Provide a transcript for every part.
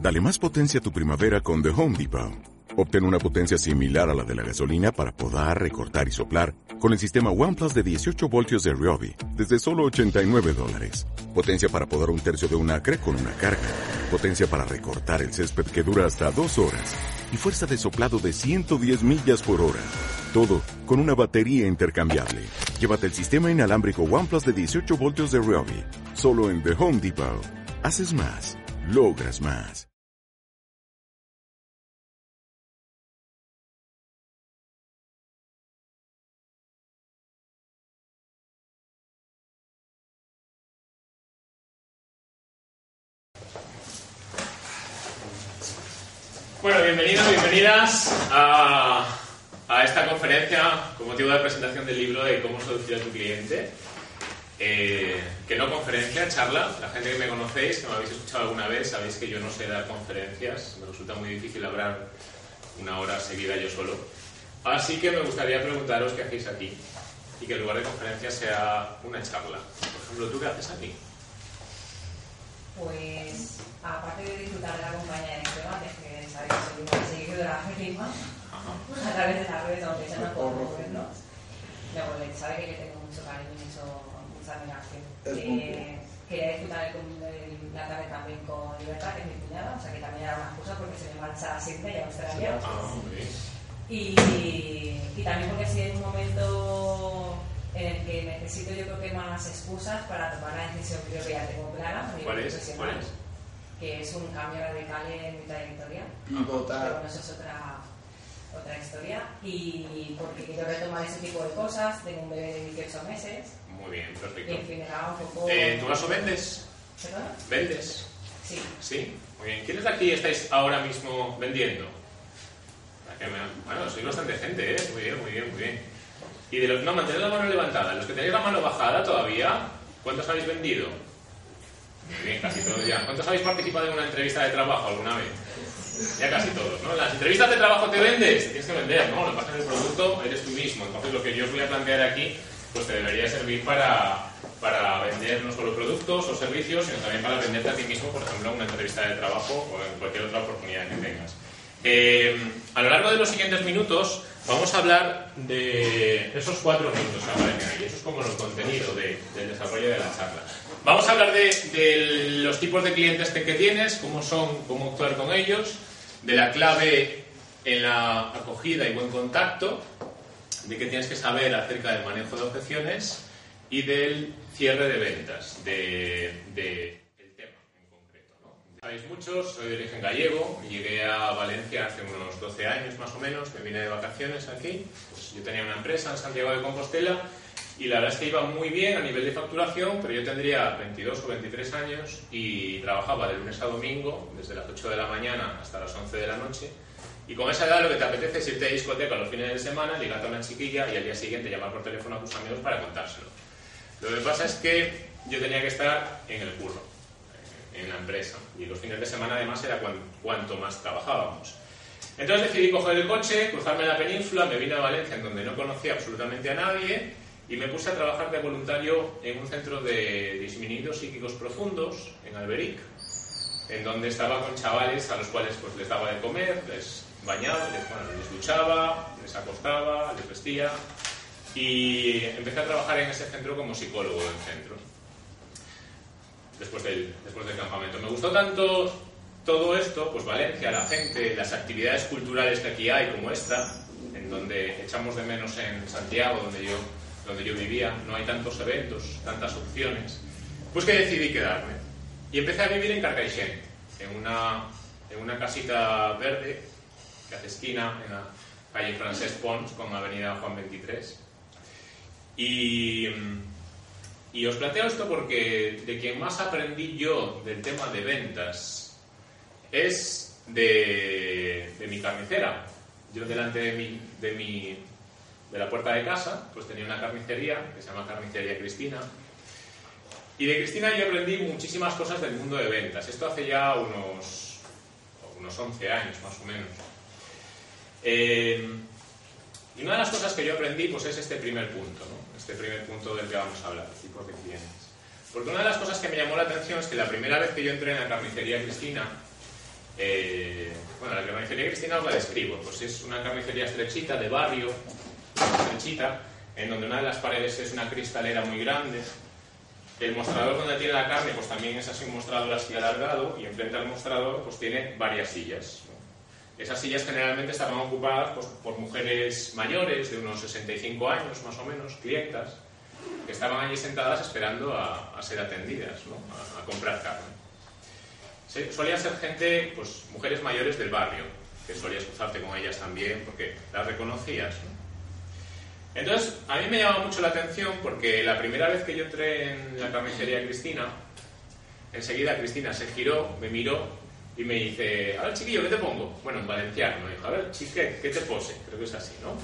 Dale más potencia a tu primavera con The Home Depot. Obtén una potencia similar a la de la gasolina para podar, recortar y soplar con el sistema OnePlus de 18 voltios de Ryobi desde solo $89. Potencia para podar un tercio de un acre con una carga. Potencia para recortar el césped que dura hasta 2 horas. Y fuerza de soplado de 110 millas por hora. Todo con una batería intercambiable. Llévate el sistema inalámbrico OnePlus de 18 voltios de Ryobi. Solo en The Home Depot. Haces más. Logras más. Bueno, bienvenidos, bienvenidas a esta conferencia con motivo de la presentación del libro de cómo seducir a tu cliente. Que no conferencia, charla. La gente que me conocéis, que me habéis escuchado alguna vez, sabéis que yo no sé dar conferencias. Me resulta muy difícil hablar una hora seguida yo solo. Así que me gustaría preguntaros qué hacéis aquí y que en lugar de conferencia sea una charla. Por ejemplo, ¿tú qué haces aquí? Pues, aparte de disfrutar de la compañía de Esteban, que sabéis que soy una seguidora acérrima, a través de las redes, aunque ya no puedo movernos, luego sabe que le tengo mucho cariño y mucha admiración. Quería disfrutar la tarde también con Libertad, que es mi cuñada, o sea que también era una excusa porque se me marcha siempre, ya me extraña. Y también porque estoy en un momento en el que necesito, yo creo que más excusas para tomar la decisión que creo que ya tengo clara. ¿Cuál es? Que es un cambio radical en mi trayectoria. Pivotar. Pero bueno, eso es otra historia. Y porque quiero retomar ese tipo de cosas. Tengo un bebé de 18 meses. Muy bien, perfecto. Y en fin, me daba un poco... ¿Tú vaso vendes? ¿Perdona? ¿Vendes? Sí. Sí, muy bien. ¿Quiénes de aquí estáis ahora mismo vendiendo? Bueno, sois bastante gente, ¿eh? Muy bien, muy bien, muy bien. Y de los... No, mantened la mano levantada. Los que tenéis la mano bajada todavía, ¿cuántos habéis vendido? Muy bien, casi todos ya. ¿Cuántos habéis participado en una entrevista de trabajo alguna vez? Ya casi todos, ¿no? En las entrevistas de trabajo te vendes, tienes que vender, ¿no? Lo que pasa es que el producto eres tú mismo. Entonces lo que yo os voy a plantear aquí, pues te debería servir para vender no solo productos o servicios, sino también para venderte a ti mismo, por ejemplo, en una entrevista de trabajo o en cualquier otra oportunidad que tengas. A lo largo de los siguientes minutos vamos a hablar de esos 4 minutos que aparecen ahí. Eso es como el contenido del desarrollo de la charla. Vamos a hablar de los tipos de clientes que tienes, cómo son, cómo actuar con ellos, de la clave en la acogida y buen contacto, de qué tienes que saber acerca del manejo de objeciones y del cierre de ventas, del tema en concreto, ¿no? Sabéis muchos, soy de origen gallego, llegué a Valencia hace unos 12 años más o menos, me vine de vacaciones aquí, pues yo tenía una empresa en Santiago de Compostela y la verdad es que iba muy bien a nivel de facturación, pero yo tendría 22 o 23 años y trabajaba de lunes a domingo, desde las 8 de la mañana hasta las 11 de la noche. Y con esa edad lo que te apetece es irte a discoteca los fines de semana, ligarte a una chiquilla y al día siguiente llamar por teléfono a tus amigos para contárselo. Lo que pasa es que yo tenía que estar en el curro, en la empresa, y los fines de semana además era cuanto más trabajábamos. Entonces decidí coger el coche, cruzarme la península, me vine a Valencia en donde no conocía absolutamente a nadie y me puse a trabajar de voluntario en un centro de disminuidos psíquicos profundos en Alberic, en donde estaba con chavales a los cuales pues les daba de comer, les bañaba, les duchaba, les acostaba, les vestía y empecé a trabajar en ese centro como psicólogo del centro después del campamento. Me gustó tanto todo esto, pues Valencia, la gente, las actividades culturales que aquí hay como esta, en donde echamos de menos en Santiago, donde yo vivía, no hay tantos eventos, tantas opciones, pues que decidí quedarme y empecé a vivir en Carcaixent, en una casita verde que hace esquina en la calle Francesc Pons con avenida Juan 23. Y os planteo esto porque de quien más aprendí yo del tema de ventas es de mi carnicera. Yo delante de la puerta de casa pues tenía una carnicería que se llama Carnicería Cristina. Y de Cristina yo aprendí muchísimas cosas del mundo de ventas. Esto hace ya unos 11 años más o menos. Y una de las cosas que yo aprendí pues es este primer punto, ¿no? Este primer punto del que vamos a hablar, tipos de clientes. Porque una de las cosas que me llamó la atención es que la primera vez que yo entré en la Carnicería Cristina, Bueno, la carnicería Cristina os la describo. Pues es una carnicería estrechita, de barrio, estrechita, en donde una de las paredes es una cristalera muy grande. El mostrador donde tiene la carne pues también es así un mostrador así alargado, y enfrente al mostrador pues tiene varias sillas, ¿no? Esas sillas generalmente estaban ocupadas pues, por mujeres mayores de unos 65 años más o menos, clientas, que estaban allí sentadas esperando a ser atendidas, ¿no? a comprar carne. Solía ser gente, pues mujeres mayores del barrio, que solías cruzarte con ellas también porque las reconocías, ¿no? Entonces, a mí me llamaba mucho la atención porque la primera vez que yo entré en la carnicería Cristina, enseguida Cristina se giró, me miró y me dice: a ver, chiquillo, ¿qué te pongo? Bueno, en valenciano, me dijo: a ver, chique, ¿qué te pose? Creo que es así, ¿no?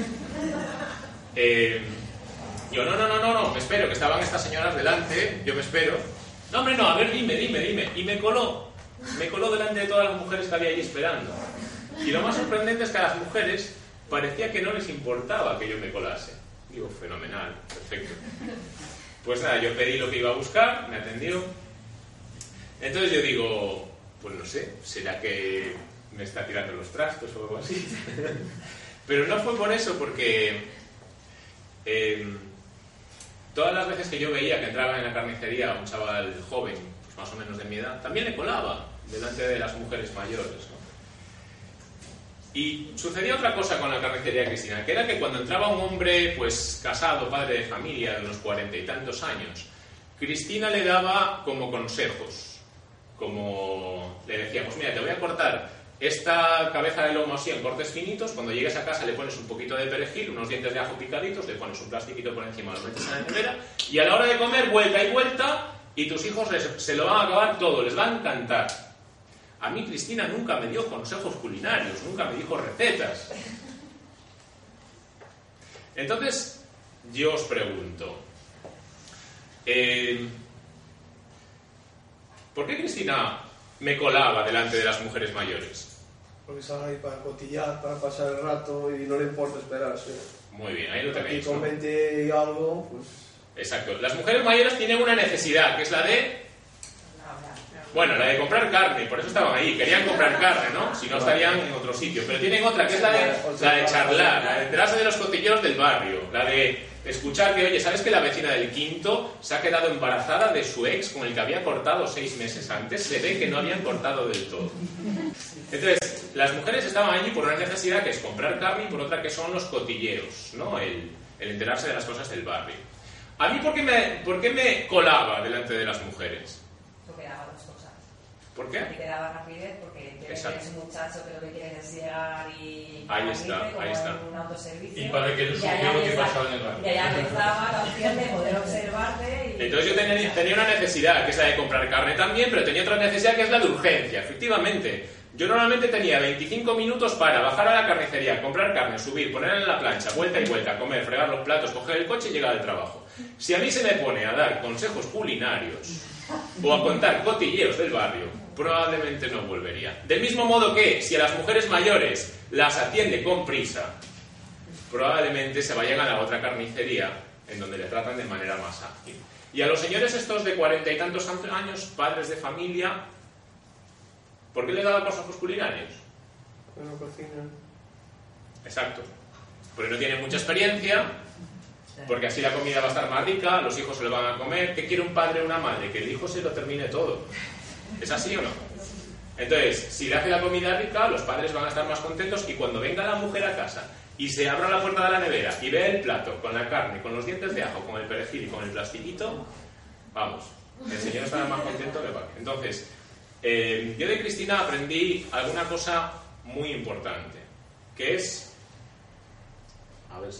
Yo, no, me espero, que estaban estas señoras delante, yo me espero. No, hombre, no, a ver, dime. Y me coló delante de todas las mujeres que había allí esperando. Y lo más sorprendente es que a las mujeres parecía que no les importaba que yo me colase. Digo, fenomenal, perfecto. Pues nada, yo pedí lo que iba a buscar, me atendió. Entonces yo digo, pues no sé, ¿será que me está tirando los trastos o algo así? Pero no fue por eso, porque todas las veces que yo veía que entraba en la carnicería un chaval joven, pues más o menos de mi edad, también le colaba delante de las mujeres mayores, ¿no? Y sucedía otra cosa con la carnicería Cristina, que era que cuando entraba un hombre pues casado, padre de familia, de unos 40 y tantos años, Cristina le daba como consejos, como le decía: pues mira, te voy a cortar esta cabeza de lomo así en cortes finitos, cuando llegues a casa le pones un poquito de perejil, unos dientes de ajo picaditos, le pones un plastiquito por encima, lo metes en la nevera, y a la hora de comer, vuelta y vuelta, y tus hijos se lo van a acabar todo, les va a encantar. A mí Cristina nunca me dio consejos culinarios, nunca me dijo recetas. Entonces, yo os pregunto, ¿por qué Cristina me colaba delante de las mujeres mayores? Porque están ahí para cotillar, para pasar el rato y no le importa esperarse. Muy bien, ahí lo tenéis, y con ¿no? 20 y algo, pues... Exacto. Las mujeres mayores tienen una necesidad, que es la de... Bueno, la de comprar carne, por eso estaban ahí, querían comprar carne, ¿no? Si no estarían en otro sitio. Pero tienen otra, que es la de charlar, la de enterarse de los cotilleos del barrio, la de escuchar que, oye, ¿sabes que la vecina del quinto se ha quedado embarazada de su ex con el que había cortado 6 meses antes? Se ve que no habían cortado del todo. Entonces, las mujeres estaban allí por una necesidad, que es comprar carne, y por otra que son los cotilleos, ¿no? El enterarse de las cosas del barrio. A mí, ¿por qué me colaba delante de las mujeres? Porque daba dos cosas. ¿Por qué? A ti te daba rapidez, porque eres un muchacho que lo que quieres es llegar y... Ahí está. En un autoservicio. Y para que no supiera lo que pasaba en el barrio. Y allá empezaba la opción de poder observarte y... Entonces yo tenía una necesidad, que es la de comprar carne también, pero tenía otra necesidad, que es la de urgencia, efectivamente. Yo normalmente tenía 25 minutos para bajar a la carnicería, comprar carne, subir, ponerla en la plancha, vuelta y vuelta, comer, fregar los platos, coger el coche y llegar al trabajo. Si a mí se me pone a dar consejos culinarios o a contar cotilleos del barrio, probablemente no volvería. Del mismo modo que si a las mujeres mayores las atiende con prisa, probablemente se vayan a la otra carnicería en donde le tratan de manera más ágil. Y a los señores estos de 40 y tantos años, padres de familia, ¿por qué les daba consejos culinarios? En la cocina. Exacto. Porque no tienen mucha experiencia, porque así la comida va a estar más rica, los hijos se lo van a comer. ¿Qué quiere un padre o una madre? Que el hijo se lo termine todo. ¿Es así o no? Entonces, si le hace la comida rica, los padres van a estar más contentos, y cuando venga la mujer a casa y se abra la puerta de la nevera y vea el plato con la carne, con los dientes de ajo, con el perejil y con el plastiquito, vamos, el señor estará más contento que padre. Entonces, yo de Cristina aprendí alguna cosa muy importante, que es, a ver si,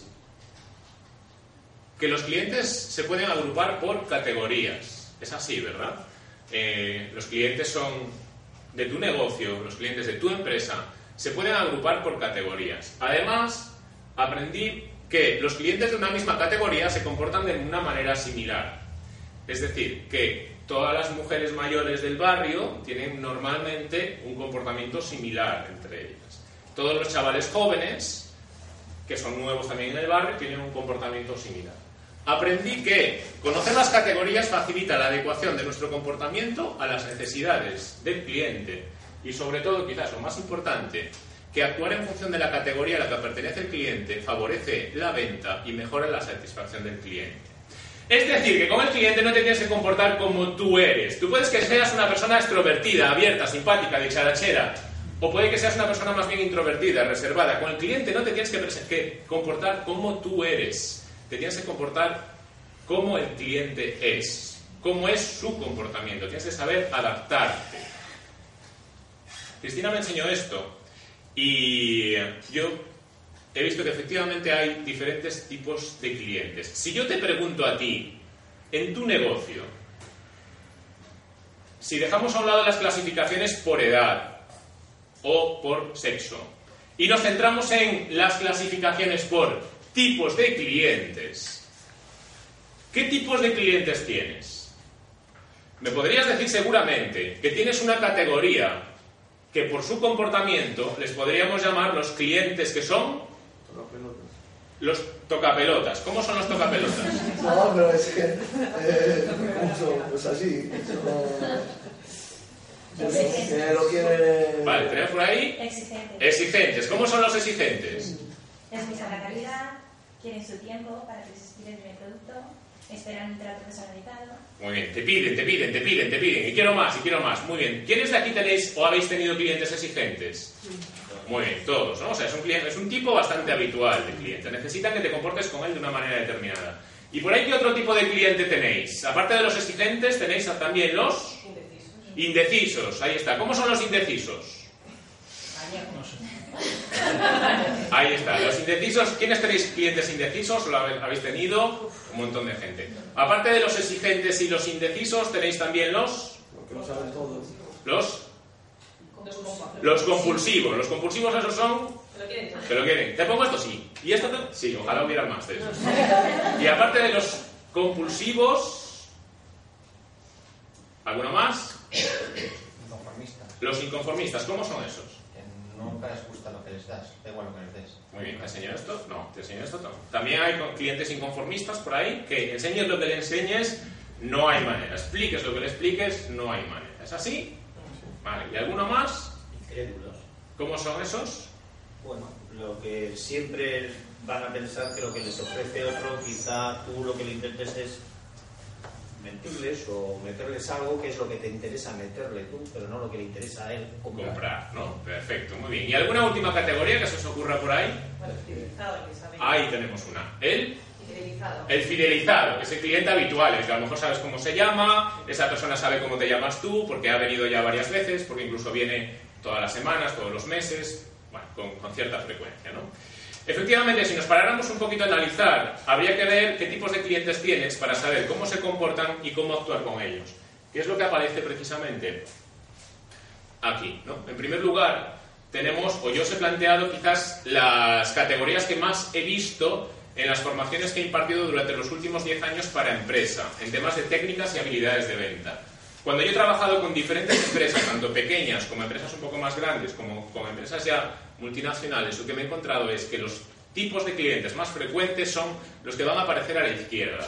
que los clientes se pueden agrupar por categorías. Es así, ¿verdad? Los clientes son de tu negocio, los clientes de tu empresa, se pueden agrupar por categorías. Además, aprendí que los clientes de una misma categoría se comportan de una manera similar. Es decir, que todas las mujeres mayores del barrio tienen normalmente un comportamiento similar entre ellas. Todos los chavales jóvenes, que son nuevos también en el barrio, tienen un comportamiento similar. Aprendí que conocer las categorías facilita la adecuación de nuestro comportamiento a las necesidades del cliente y sobre todo, quizás lo más importante, que actuar en función de la categoría a la que pertenece el cliente favorece la venta y mejora la satisfacción del cliente. Es decir, que con el cliente no te tienes que comportar como tú eres. Tú puedes que seas una persona extrovertida, abierta, simpática, dicharachera, o puede que seas una persona más bien introvertida, reservada. Con el cliente no te tienes que comportar como tú eres. Te tienes que comportar como el cliente es. Cómo es su comportamiento. Tienes que saber adaptarte. Cristina me enseñó esto. Y yo he visto que efectivamente hay diferentes tipos de clientes. Si yo te pregunto a ti, en tu negocio, si dejamos a un lado las clasificaciones por edad o por sexo y nos centramos en las clasificaciones por tipos de clientes, ¿qué tipos de clientes tienes? Me podrías decir seguramente que tienes una categoría que por su comportamiento les podríamos llamar los clientes que son los tocapelotas. ¿Cómo son los tocapelotas? No, pero es que ¿cómo son? Pues así que lo quieren. Vale, tenemos por ahí exigentes. ¿Cómo son los exigentes? Les gusta la calidad, quieren su tiempo para que les expliquen el producto, esperan un trato personalizado. Muy bien, te piden. Y quiero más. Muy bien. ¿Quiénes de aquí tenéis o habéis tenido clientes exigentes? Muy bien, todos, ¿no? O sea, es un tipo bastante habitual de cliente. Necesitan que te comportes con él de una manera determinada. ¿Y por ahí qué otro tipo de cliente tenéis? Aparte de los exigentes, tenéis también los indecisos. Ahí está. ¿Cómo son los indecisos? Ahí está, los indecisos. ¿Quiénes tenéis clientes indecisos? ¿Lo habéis tenido? Un montón de gente. Aparte de los exigentes y los indecisos, tenéis también los compulsivos. Los compulsivos esos son que lo quieren. ¿Te pongo esto? Sí. ¿Y esto? Sí, ojalá hubiera más de esos. Y aparte de los compulsivos, ¿alguno más? Los inconformistas. ¿Cómo son esos? Nunca les gusta lo que les das, da igual lo que les des. Muy bien, ¿te enseño esto? No, te enseño esto no. También hay clientes inconformistas por ahí que enseñes lo que le enseñes, no hay manera. Expliques lo que le expliques, no hay manera. ¿Es así? Vale, ¿y alguno más? Incrédulos. ¿Cómo son esos? Bueno, lo que siempre van a pensar que lo que les ofrece otro, quizá tú lo que le intentes es mentirles o meterles algo que es lo que te interesa meterle tú, pero no lo que le interesa a él comprar, ¿no? Perfecto, muy bien. ¿Y alguna última categoría que se os ocurra por ahí? El fidelizado, que sabe. Ahí tenemos una. El Fidelizado. fidelizado, que es el cliente habitual, el que a lo mejor sabes cómo se llama, esa persona sabe cómo te llamas tú, porque ha venido ya varias veces, porque incluso viene todas las semanas, todos los meses, bueno, con cierta frecuencia, ¿no? Efectivamente, si nos paráramos un poquito a analizar, habría que ver qué tipos de clientes tienes para saber cómo se comportan y cómo actuar con ellos. ¿Qué es lo que aparece precisamente aquí, ¿no? En primer lugar, tenemos, o yo os he planteado quizás las categorías que más he visto en las formaciones que he impartido durante los últimos 10 años para empresa, en temas de técnicas y habilidades de venta. Cuando yo he trabajado con diferentes empresas, tanto pequeñas como empresas un poco más grandes, como con empresas ya multinacionales, lo que me he encontrado es que los tipos de clientes más frecuentes son los que van a aparecer a la izquierda.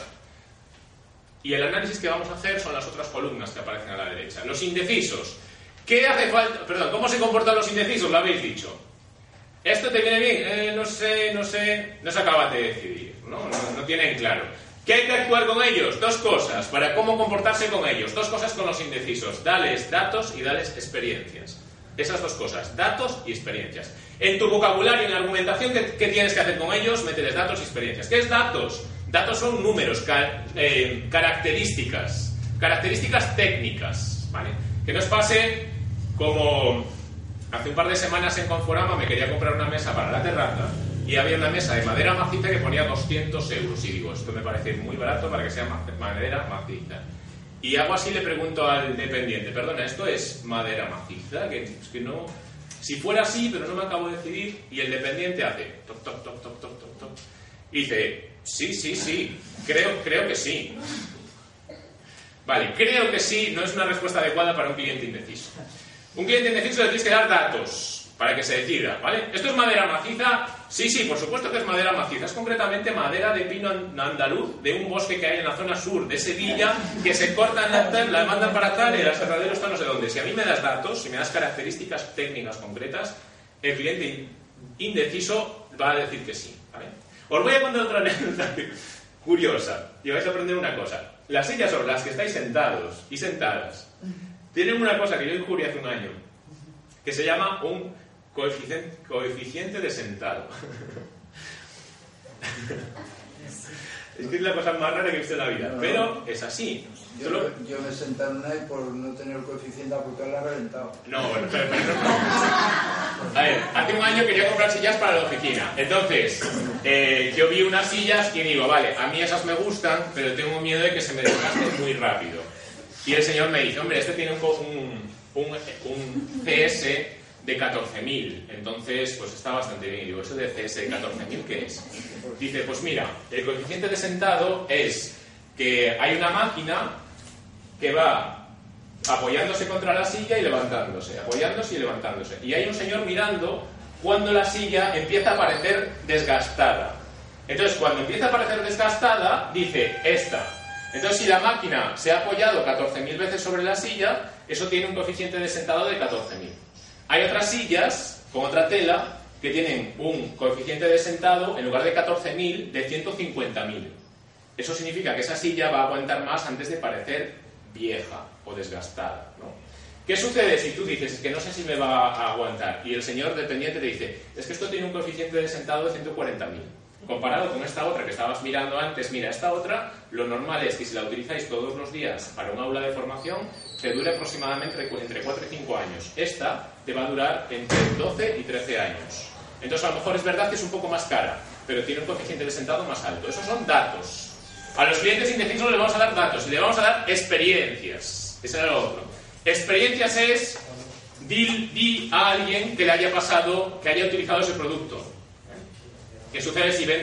Y el análisis que vamos a hacer son las otras columnas que aparecen a la derecha. Los indecisos. ¿Qué hace falta? Perdón, ¿cómo se comportan los indecisos? Lo habéis dicho. ¿Esto te viene bien? No sé. No se acaban de decidir. No tienen claro. ¿Qué hay que actuar con ellos? Dos cosas. Para cómo comportarse con ellos. Dos cosas con los indecisos. Dales datos y dales experiencias. Esas dos cosas. Datos y experiencias. En tu vocabulario, en la argumentación, ¿qué tienes que hacer con ellos? Mételes datos y experiencias. ¿Qué es datos? Datos son números, características. Características técnicas. ¿Vale? Que no os pase como hace un par de semanas en Conforama me quería comprar una mesa para la terraza y había una mesa de madera maciza que ponía 200 euros. Y digo, esto me parece muy barato para que sea madera maciza. Y hago así, le pregunto al dependiente, perdona, ¿esto es madera maciza? Que es que no... Si fuera así, pero no me acabo de decidir. Y el dependiente hace toc, toc, toc, toc, toc, toc, toc. Y dice, sí, creo que sí. Vale, creo que sí, no es una respuesta adecuada para un cliente indeciso. Un cliente indeciso le tienes que dar datos para que se decida, ¿vale? ¿Esto es madera maciza? Sí, sí, por supuesto que es madera maciza. Es concretamente madera de pino andaluz, de un bosque que hay en la zona sur de Sevilla, que se corta en la mandan para tal y el aserradero está no sé dónde. Si a mí me das datos, si me das características técnicas concretas, el cliente indeciso va a decir que sí, ¿vale? Os voy a contar otra anécdota curiosa y vais a aprender una cosa. Las sillas sobre las que estáis sentados y sentadas tienen una cosa que yo descubrí hace un año, que se llama un coeficiente de sentado. Es que es la cosa más rara que he visto en la vida, pero es así. Yo me he sentado en una y por no tener el coeficiente porque la he reventado. No, bueno, pero a ver, hace un año quería comprar sillas para la oficina. Entonces, yo vi unas sillas y digo, vale, a mí esas me gustan, pero tengo miedo de que se me desgasten muy rápido. Y el señor me dice, hombre, este tiene un CS de 14.000, entonces pues está bastante bien. Y digo, ¿eso de CS de 14.000 qué es? Dice, pues mira, el coeficiente de sentado es que hay una máquina que va apoyándose contra la silla y levantándose, apoyándose y levantándose. Y hay un señor mirando cuando la silla empieza a parecer desgastada. Entonces, cuando empieza a parecer desgastada, dice, esta. Entonces, si la máquina se ha apoyado 14.000 veces sobre la silla, eso tiene un coeficiente de sentado de 14.000. Hay otras sillas, con otra tela, que tienen un coeficiente de sentado, en lugar de 14.000, de 150.000. Eso significa que esa silla va a aguantar más antes de parecer vieja o desgastada, ¿no? ¿Qué sucede si tú dices, es que no sé si me va a aguantar? Y el señor dependiente te dice, es que esto tiene un coeficiente de sentado de 140.000. Comparado con esta otra que estabas mirando antes, mira, esta otra, lo normal es que si la utilizáis todos los días para un aula de formación, te dure aproximadamente entre 4 y 5 años. Esta te va a durar entre 12 y 13 años. Entonces, a lo mejor es verdad que es un poco más cara, pero tiene un coeficiente de sentado más alto. Esos son datos. A los clientes indecisos les vamos a dar datos y les vamos a dar experiencias. Ese era lo otro. Experiencias es, di a alguien que le haya pasado, que haya utilizado ese producto. ¿Qué sucede si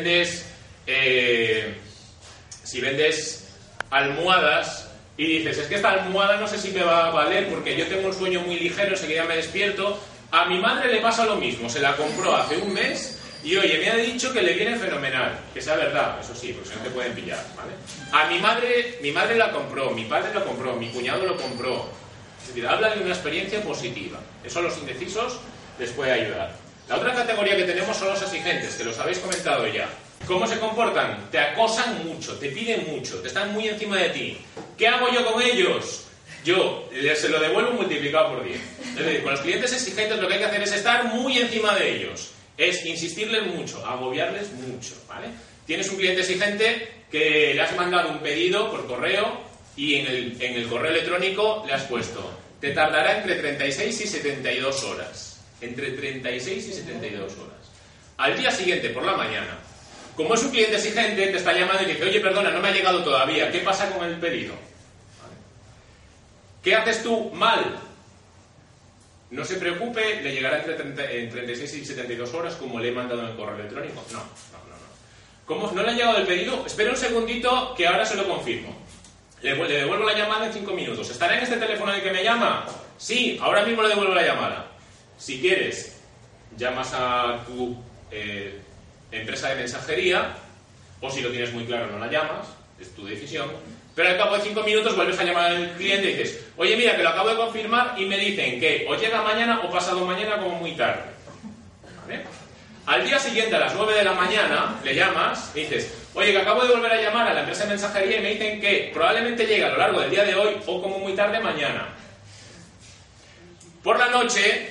vendes almohadas y dices, es que esta almohada no sé si me va a valer porque yo tengo un sueño muy ligero, enseguida me despierto? A mi madre le pasa lo mismo, se la compró hace un mes y oye, me ha dicho que le viene fenomenal, que sea verdad, eso sí, porque si no te pueden pillar, ¿vale? A mi madre la compró, mi padre lo compró, mi cuñado lo compró. Es decir, habla de una experiencia positiva. Eso a los indecisos les puede ayudar. La otra categoría que tenemos son los exigentes, que los habéis comentado ya. ¿Cómo se comportan? Te acosan mucho, te piden mucho, te están muy encima de ti. ¿Qué hago yo con ellos? Yo se lo devuelvo multiplicado por 10. Es decir, con los clientes exigentes lo que hay que hacer es estar muy encima de ellos. Es insistirles mucho, agobiarles mucho, ¿vale? Tienes un cliente exigente que le has mandado un pedido por correo y en el correo electrónico le has puesto, te tardará entre 36 y 72 horas. Entre 36 y 72 horas. Al día siguiente, por la mañana, como es un cliente exigente, te está llamando y dice, oye, perdona, no me ha llegado todavía, ¿qué pasa con el pedido? ¿Vale? ¿Qué haces tú mal? No se preocupe, le llegará en 36 y 72 horas como le he mandado en el correo electrónico. No. ¿Cómo no le ha llegado el pedido? Espera un segundito que ahora se lo confirmo. Le devuelvo la llamada en 5 minutos. ¿Estará en este teléfono de que me llama? Sí, ahora mismo le devuelvo la llamada. Si quieres, llamas a tu empresa de mensajería, o si lo tienes muy claro no la llamas, es tu decisión, pero al cabo de 5 minutos vuelves a llamar al cliente y dices, oye mira, que lo acabo de confirmar y me dicen que o llega mañana o pasado mañana como muy tarde. ¿Vale? Al día siguiente a las 9 de la mañana le llamas y dices, oye, que acabo de volver a llamar a la empresa de mensajería y me dicen que probablemente llegue a lo largo del día de hoy o como muy tarde mañana. Por la noche,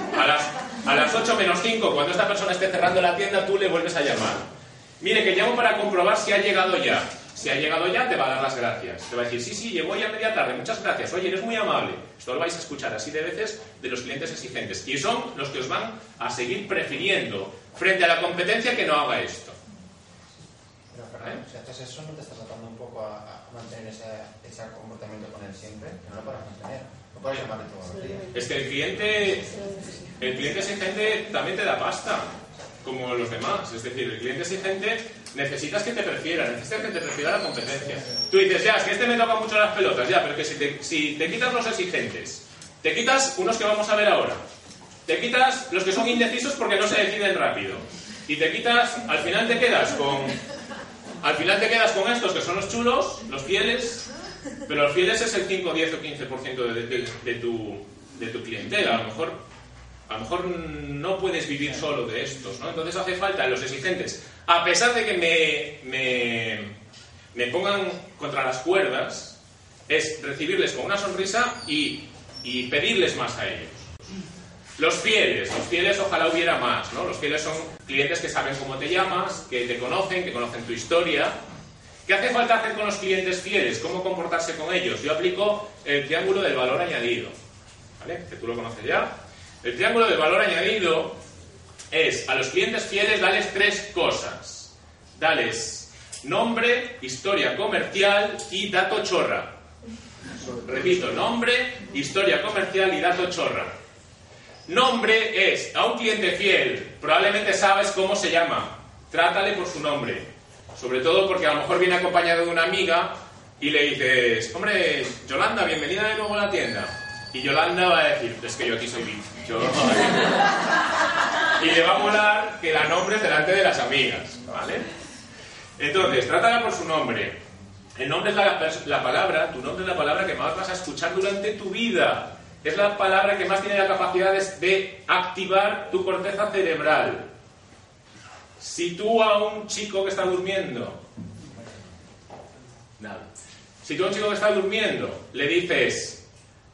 a las 8 menos 5, cuando esta persona esté cerrando la tienda, tú le vuelves a llamar. Mire, que llamo para comprobar si ha llegado ya. Si ha llegado ya, te va a dar las gracias. Te va a decir, sí, llegó ya media tarde, muchas gracias. Oye, eres muy amable. Esto lo vais a escuchar así de veces de los clientes exigentes. Y son los que os van a seguir prefiriendo frente a la competencia que no haga esto. Pero, Fernando, si haces eso, ¿no te estás tratando un poco a mantener ese comportamiento con él siempre? Que no lo puedes mantener. No puedes llamarle todos los días. Es que el cliente exigente también te da pasta, como los demás. Es decir, el cliente exigente necesitas que te prefiera, necesitas que te prefiera la competencia. Tú dices, ya, es que este me toca mucho las pelotas, ya, pero que si te quitas los exigentes, te quitas unos que vamos a ver ahora, te quitas los que son indecisos porque no se deciden rápido, y te quitas, al final te quedas con estos que son los chulos, los fieles, pero los fieles es el 5, 10 o 15% de tu clientela. A lo mejor no puedes vivir solo de estos, ¿no? Entonces hace falta los exigentes, a pesar de que me pongan contra las cuerdas, es recibirles con una sonrisa y pedirles más a ellos. Los fieles ojalá hubiera más, ¿no? Los fieles son clientes que saben cómo te llamas, que te conocen, que conocen tu historia. ¿Qué hace falta hacer con los clientes fieles? ¿Cómo comportarse con ellos? Yo aplico el triángulo del valor añadido, ¿vale? Que tú lo conoces ya. El triángulo del valor añadido es, a los clientes fieles, dales 3 cosas. Dales nombre, historia comercial y dato chorra. Repito, nombre, historia comercial y dato chorra. Nombre es, a un cliente fiel, probablemente sabes cómo se llama. Trátale por su nombre. Sobre todo porque a lo mejor viene acompañado de una amiga y le dices, hombre, Yolanda, bienvenida de nuevo a la tienda. Y Yolanda va a decir, es que yo aquí soy VIP. Y le va a molar que la nombres delante de las amigas, ¿vale? Entonces, trátala por su nombre. El nombre es la palabra, tu nombre es la palabra que más vas a escuchar durante tu vida. Es la palabra que más tiene la capacidad de activar tu corteza cerebral. Si tú a un chico que está durmiendo, le dices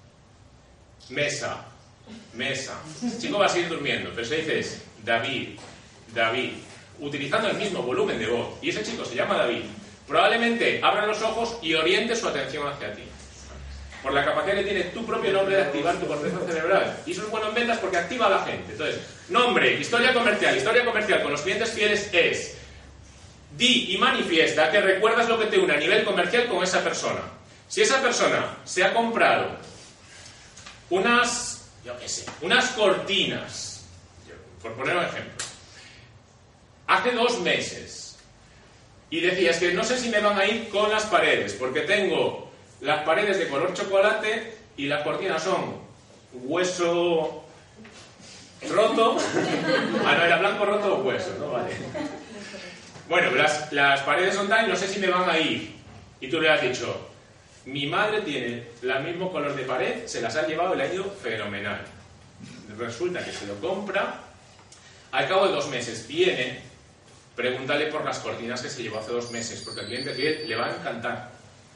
mesa, el chico va a seguir durmiendo, pero si le dices David, utilizando el mismo volumen de voz, y ese chico se llama David, probablemente abra los ojos y oriente su atención hacia ti. Por la capacidad que tiene tu propio nombre de activar tu corteza cerebral. Y eso es bueno en ventas porque activa a la gente. Entonces, nombre, historia comercial con los clientes fieles es: di y manifiesta que recuerdas lo que te une a nivel comercial con esa persona. Si esa persona se ha comprado unas cortinas, por poner un ejemplo, hace 2 meses, y decías que no sé si me van a ir con las paredes, porque tengo las paredes de color chocolate y las cortinas son hueso roto. No, era blanco roto o hueso, ¿no? Vale. Bueno, las paredes son tal y no sé si me van a ir. Y tú le has dicho, mi madre tiene el mismo color de pared, se las ha llevado y le ha ido fenomenal. Resulta que se lo compra, al cabo de 2 meses viene, pregúntale por las cortinas que se llevó hace 2 meses, porque al cliente fiel le va a encantar.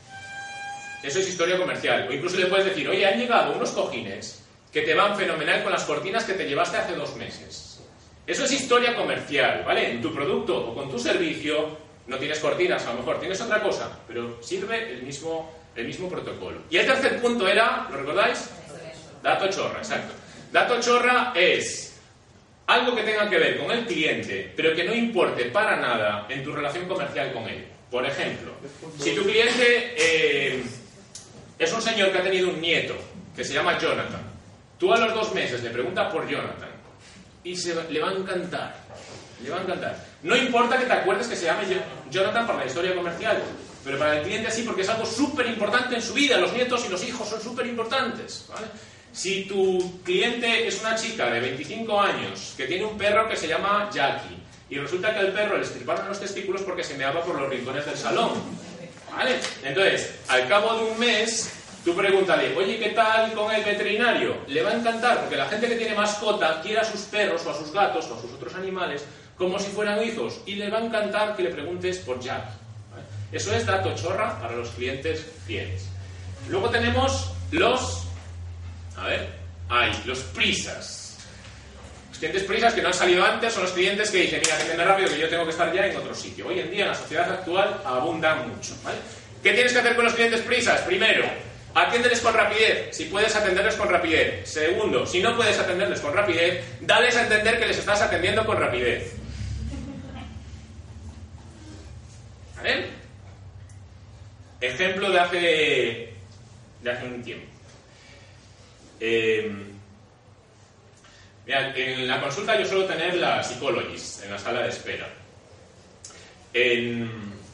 Eso es historia comercial. O incluso le puedes decir, oye, han llegado unos cojines que te van fenomenal con las cortinas que te llevaste hace 2 meses. Eso es historia comercial, ¿vale? En tu producto o con tu servicio no tienes cortinas, a lo mejor tienes otra cosa, pero sirve el mismo protocolo. Y el tercer punto era, ¿lo recordáis? Dato chorra, exacto. Dato chorra es algo que tenga que ver con el cliente, pero que no importe para nada en tu relación comercial con él. Por ejemplo, si tu cliente es un señor que ha tenido un nieto que se llama Jonathan, tú a los 2 meses le preguntas por Jonathan y le va a encantar. No importa que te acuerdes que se llame Jonathan para la historia comercial, pero para el cliente sí, porque es algo súper importante en su vida. Los nietos y los hijos son súper importantes, ¿vale? Si tu cliente es una chica de 25 años que tiene un perro que se llama Jackie y resulta que al perro le estriparon los testículos porque se meaba por los rincones del salón, ¿vale? Entonces, al cabo de 1 mes, tú pregúntale, oye, ¿qué tal con el veterinario? Le va a encantar, porque la gente que tiene mascota quiere a sus perros o a sus gatos o a sus otros animales como si fueran hijos, y le va a encantar que le preguntes por Jack, ¿vale? Eso es dato chorra para los clientes fieles. Luego tenemos los prisas. Los clientes prisas que no han salido antes son los clientes que dicen, mira, atiéndeme rápido que yo tengo que estar ya en otro sitio. Hoy en día en la sociedad actual abundan mucho, ¿vale? ¿Qué tienes que hacer con los clientes prisas? Primero, atiéndeles con rapidez, si puedes atenderles con rapidez. Segundo, si no puedes atenderles con rapidez, dales a entender que les estás atendiendo con rapidez. ¿Vale? Ejemplo de hace un tiempo. Mirad, en la consulta yo suelo tener la Psychologist en la sala de espera. En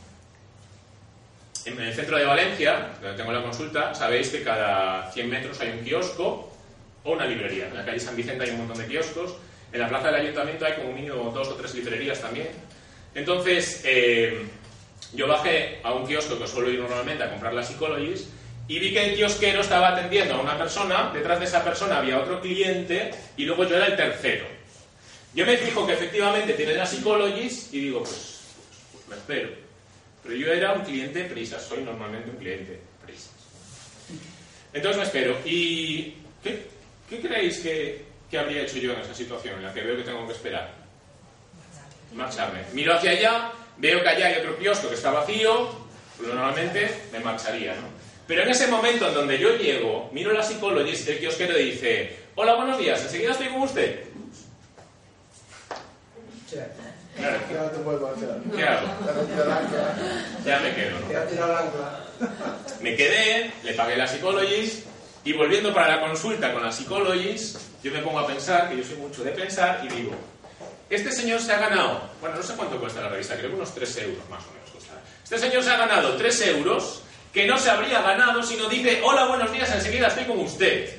el centro de Valencia, donde tengo la consulta, sabéis que cada 100 metros hay un kiosco o una librería. En la calle San Vicente hay un montón de kioscos En la plaza del ayuntamiento hay como mínimo 2 o 3 librerías también. Entonces, yo bajé a un kiosco que suelo ir normalmente a comprar las Ecologies y vi que el kiosquero estaba atendiendo a una persona, detrás de esa persona había otro cliente y luego yo era el tercero. Yo me fijo que efectivamente tienen las Ecologies y digo, pues me espero. Pero yo era un cliente prisas, soy normalmente un cliente prisas. Entonces me espero. ¿Y qué creéis que habría hecho yo en esa situación en la que veo que tengo que esperar? Marcharme. Miro hacia allá, veo que allá hay otro kiosco que está vacío, pues normalmente me marcharía, ¿no? Pero en ese momento en donde yo llego, miro las Ecologies y el kiosquero dice: hola, buenos días, enseguida estoy con usted. Claro. Ya no te puedes marchar. ¿Qué hago? Ya me quedo, ¿no? Ya tira el ancla. Me quedé, le pagué las Ecologies y volviendo para la consulta con las Ecologies, yo me pongo a pensar, que yo soy mucho de pensar, y digo, este señor se ha ganado, bueno, no sé cuánto cuesta la revista, creo que unos 3 euros más o menos cuesta. Este señor se ha ganado 3 euros que no se habría ganado si no dice: hola, buenos días, enseguida estoy con usted.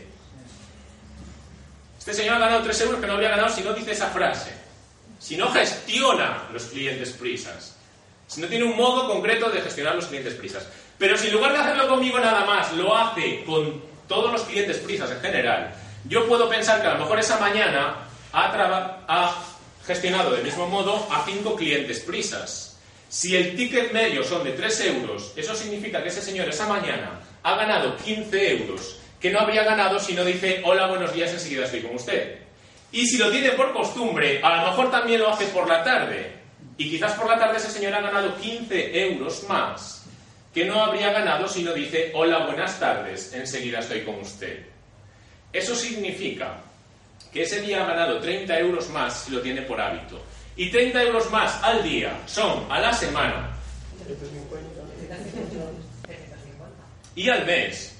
Este señor ha ganado 3 euros que no habría ganado si no dice esa frase, si no gestiona los clientes prisas, si no tiene un modo concreto de gestionar los clientes prisas. Pero si en lugar de hacerlo conmigo nada más, lo hace con todos los clientes prisas en general, yo puedo pensar que a lo mejor esa mañana ha gestionado del mismo modo a 5 clientes prisas. Si el ticket medio son de 3 euros, eso significa que ese señor esa mañana ha ganado 15 euros que no habría ganado si no dice: hola, buenos días, enseguida estoy con usted. Y si lo tiene por costumbre, a lo mejor también lo hace por la tarde. Y quizás por la tarde ese señor ha ganado 15 euros más que no habría ganado si no dice: hola, buenas tardes, enseguida estoy con usted. Eso significa que ese día ha ganado 30 euros más si lo tiene por hábito. Y 30 euros más al día son a la semana y al mes.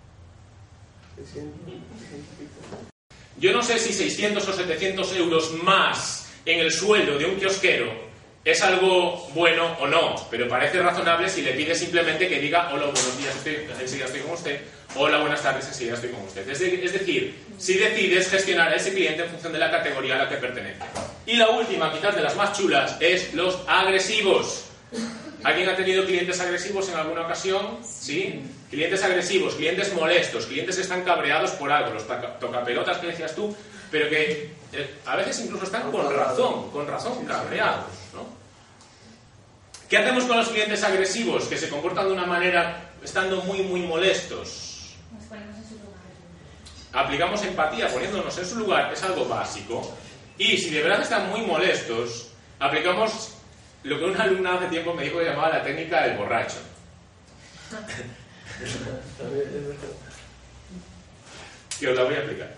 Yo no sé si 600 o 700 euros más en el sueldo de un kiosquero es algo bueno o no, pero parece razonable si le pide simplemente que diga: hola, buenos días, enseguida estoy con usted, hola, buenas tardes, enseguida estoy con usted. Es decir, si decides gestionar a ese cliente en función de la categoría a la que pertenece. Y la última, quizás de las más chulas, es los agresivos. ¿Alguien ha tenido clientes agresivos en alguna ocasión? ¿Sí? Clientes agresivos, clientes molestos, clientes que están cabreados por algo, los tocapelotas que decías tú, pero que a veces incluso están con razón cabreados, ¿no? ¿Qué hacemos con los clientes agresivos que se comportan de una manera estando muy, muy molestos? Nos ponemos en su lugar. Aplicamos empatía poniéndonos en su lugar, es algo básico. Y si de verdad están muy molestos, aplicamos lo que una alumna hace tiempo me dijo que llamaba la técnica del borracho. Y os la voy a explicar.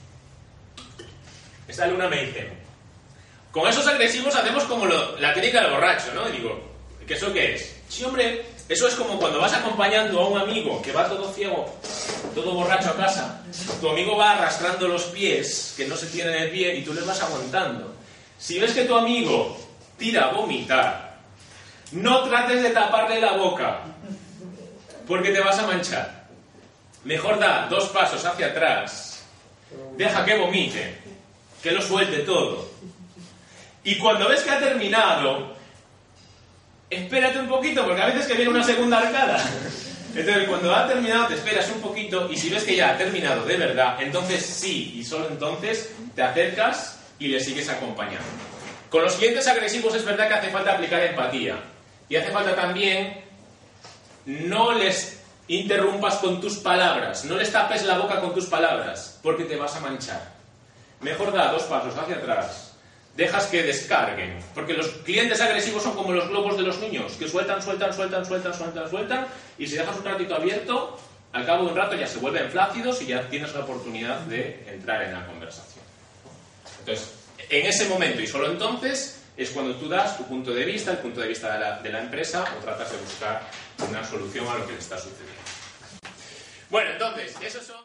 Esta alumna me dice: con esos agresivos hacemos como la técnica del borracho, ¿no? Y digo: ¿que eso qué es? Sí, hombre, eso es como cuando vas acompañando a un amigo que va todo ciego, todo borracho a casa. Tu amigo va arrastrando los pies, que no se tienen de pie, y tú les vas aguantando. Si ves que tu amigo tira a vomitar, no trates de taparle la boca, porque te vas a manchar. Mejor da 2 pasos hacia atrás, deja que vomite, que lo suelte todo. Y cuando ves que ha terminado, espérate un poquito, porque a veces que viene una segunda arcada. Entonces, cuando ha terminado, te esperas un poquito, y si ves que ya ha terminado de verdad, entonces sí, y solo entonces te acercas y le sigues acompañando. Con los clientes agresivos es verdad que hace falta aplicar empatía. Y hace falta también no les interrumpas con tus palabras, no les tapes la boca con tus palabras, porque te vas a manchar. Mejor da 2 pasos hacia atrás, dejas que descarguen, porque los clientes agresivos son como los globos de los niños, que sueltan, y si dejas un ratito abierto, al cabo de un rato ya se vuelven flácidos y ya tienes la oportunidad de entrar en la conversación. Entonces, en ese momento y solo entonces es cuando tú das tu punto de vista, el punto de vista de la empresa, o tratas de buscar una solución a lo que le está sucediendo. Bueno, entonces, esos son...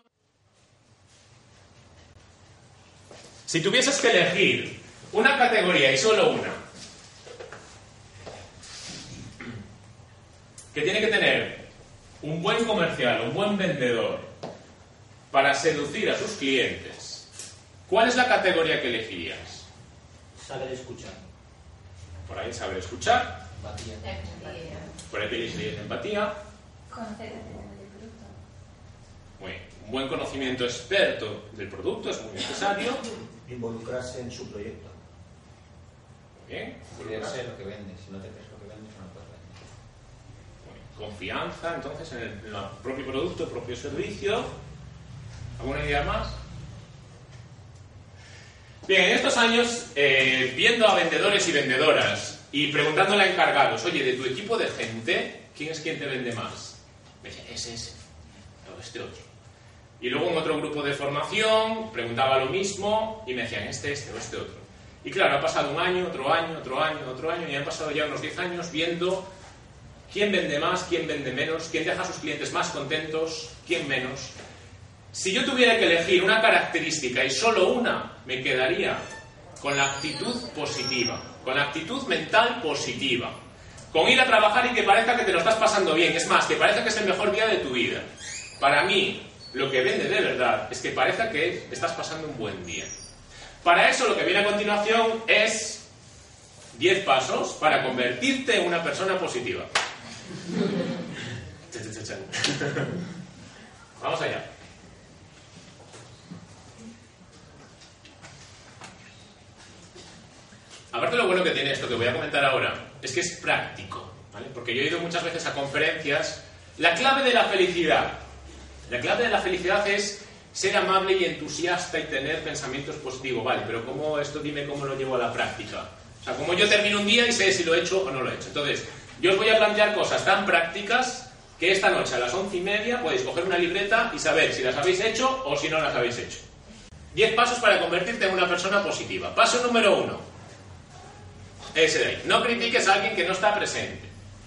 Si tuvieses que elegir una categoría y solo una, que tiene que tener un buen comercial, un buen vendedor para seducir a sus clientes, ¿Cuál es la categoría que elegirías? Saber escuchar. Por ahí saber escuchar. Empatía. Por ahí elegirías empatía. Conocer el producto. Muy bien. Un buen conocimiento experto del producto es muy necesario. Involucrarse en su proyecto. Muy bien. Creerse lo que vende. Si no te crees lo que vendes, no puedes vender. Muy bien. Confianza, entonces, en el propio producto, el propio servicio. ¿Alguna idea más? Bien, en estos años, viendo a vendedores y vendedoras y preguntándole a encargados, oye, de tu equipo de gente, ¿quién es quien te vende más? Me decían, ese, o este otro. Y luego en otro grupo de formación preguntaba lo mismo y me decían, este o este otro. Y claro, ha pasado un año, otro año, y han pasado ya unos 10 años viendo quién vende más, quién vende menos, quién deja a sus clientes más contentos, quién menos. Si yo tuviera que elegir una característica y solo una, me quedaría con la actitud positiva, con la actitud mental positiva, con ir a trabajar y que parezca que te lo estás pasando bien, es más, que parezca que es el mejor día de tu vida. Para mí, lo que vende de verdad es que parezca que estás pasando un buen día. Para eso lo que viene a continuación es 10 pasos para convertirte en una persona positiva. Vamos allá. Aparte, lo bueno que tiene esto que voy a comentar ahora es que es práctico, ¿vale? Porque yo he ido muchas veces a conferencias. La clave de la felicidad es ser amable y entusiasta y tener pensamientos positivos, vale, pero dime cómo lo llevo a la práctica. O sea, como yo termino un día y sé si lo he hecho o no lo he hecho. Entonces, yo os voy a plantear cosas tan prácticas que esta noche a las 11:30 podéis coger una libreta y saber si las habéis hecho o si no las habéis hecho. 10 pasos para convertirte en una persona positiva. Paso número 1. Ese de ahí. No critiques a alguien que no está presente.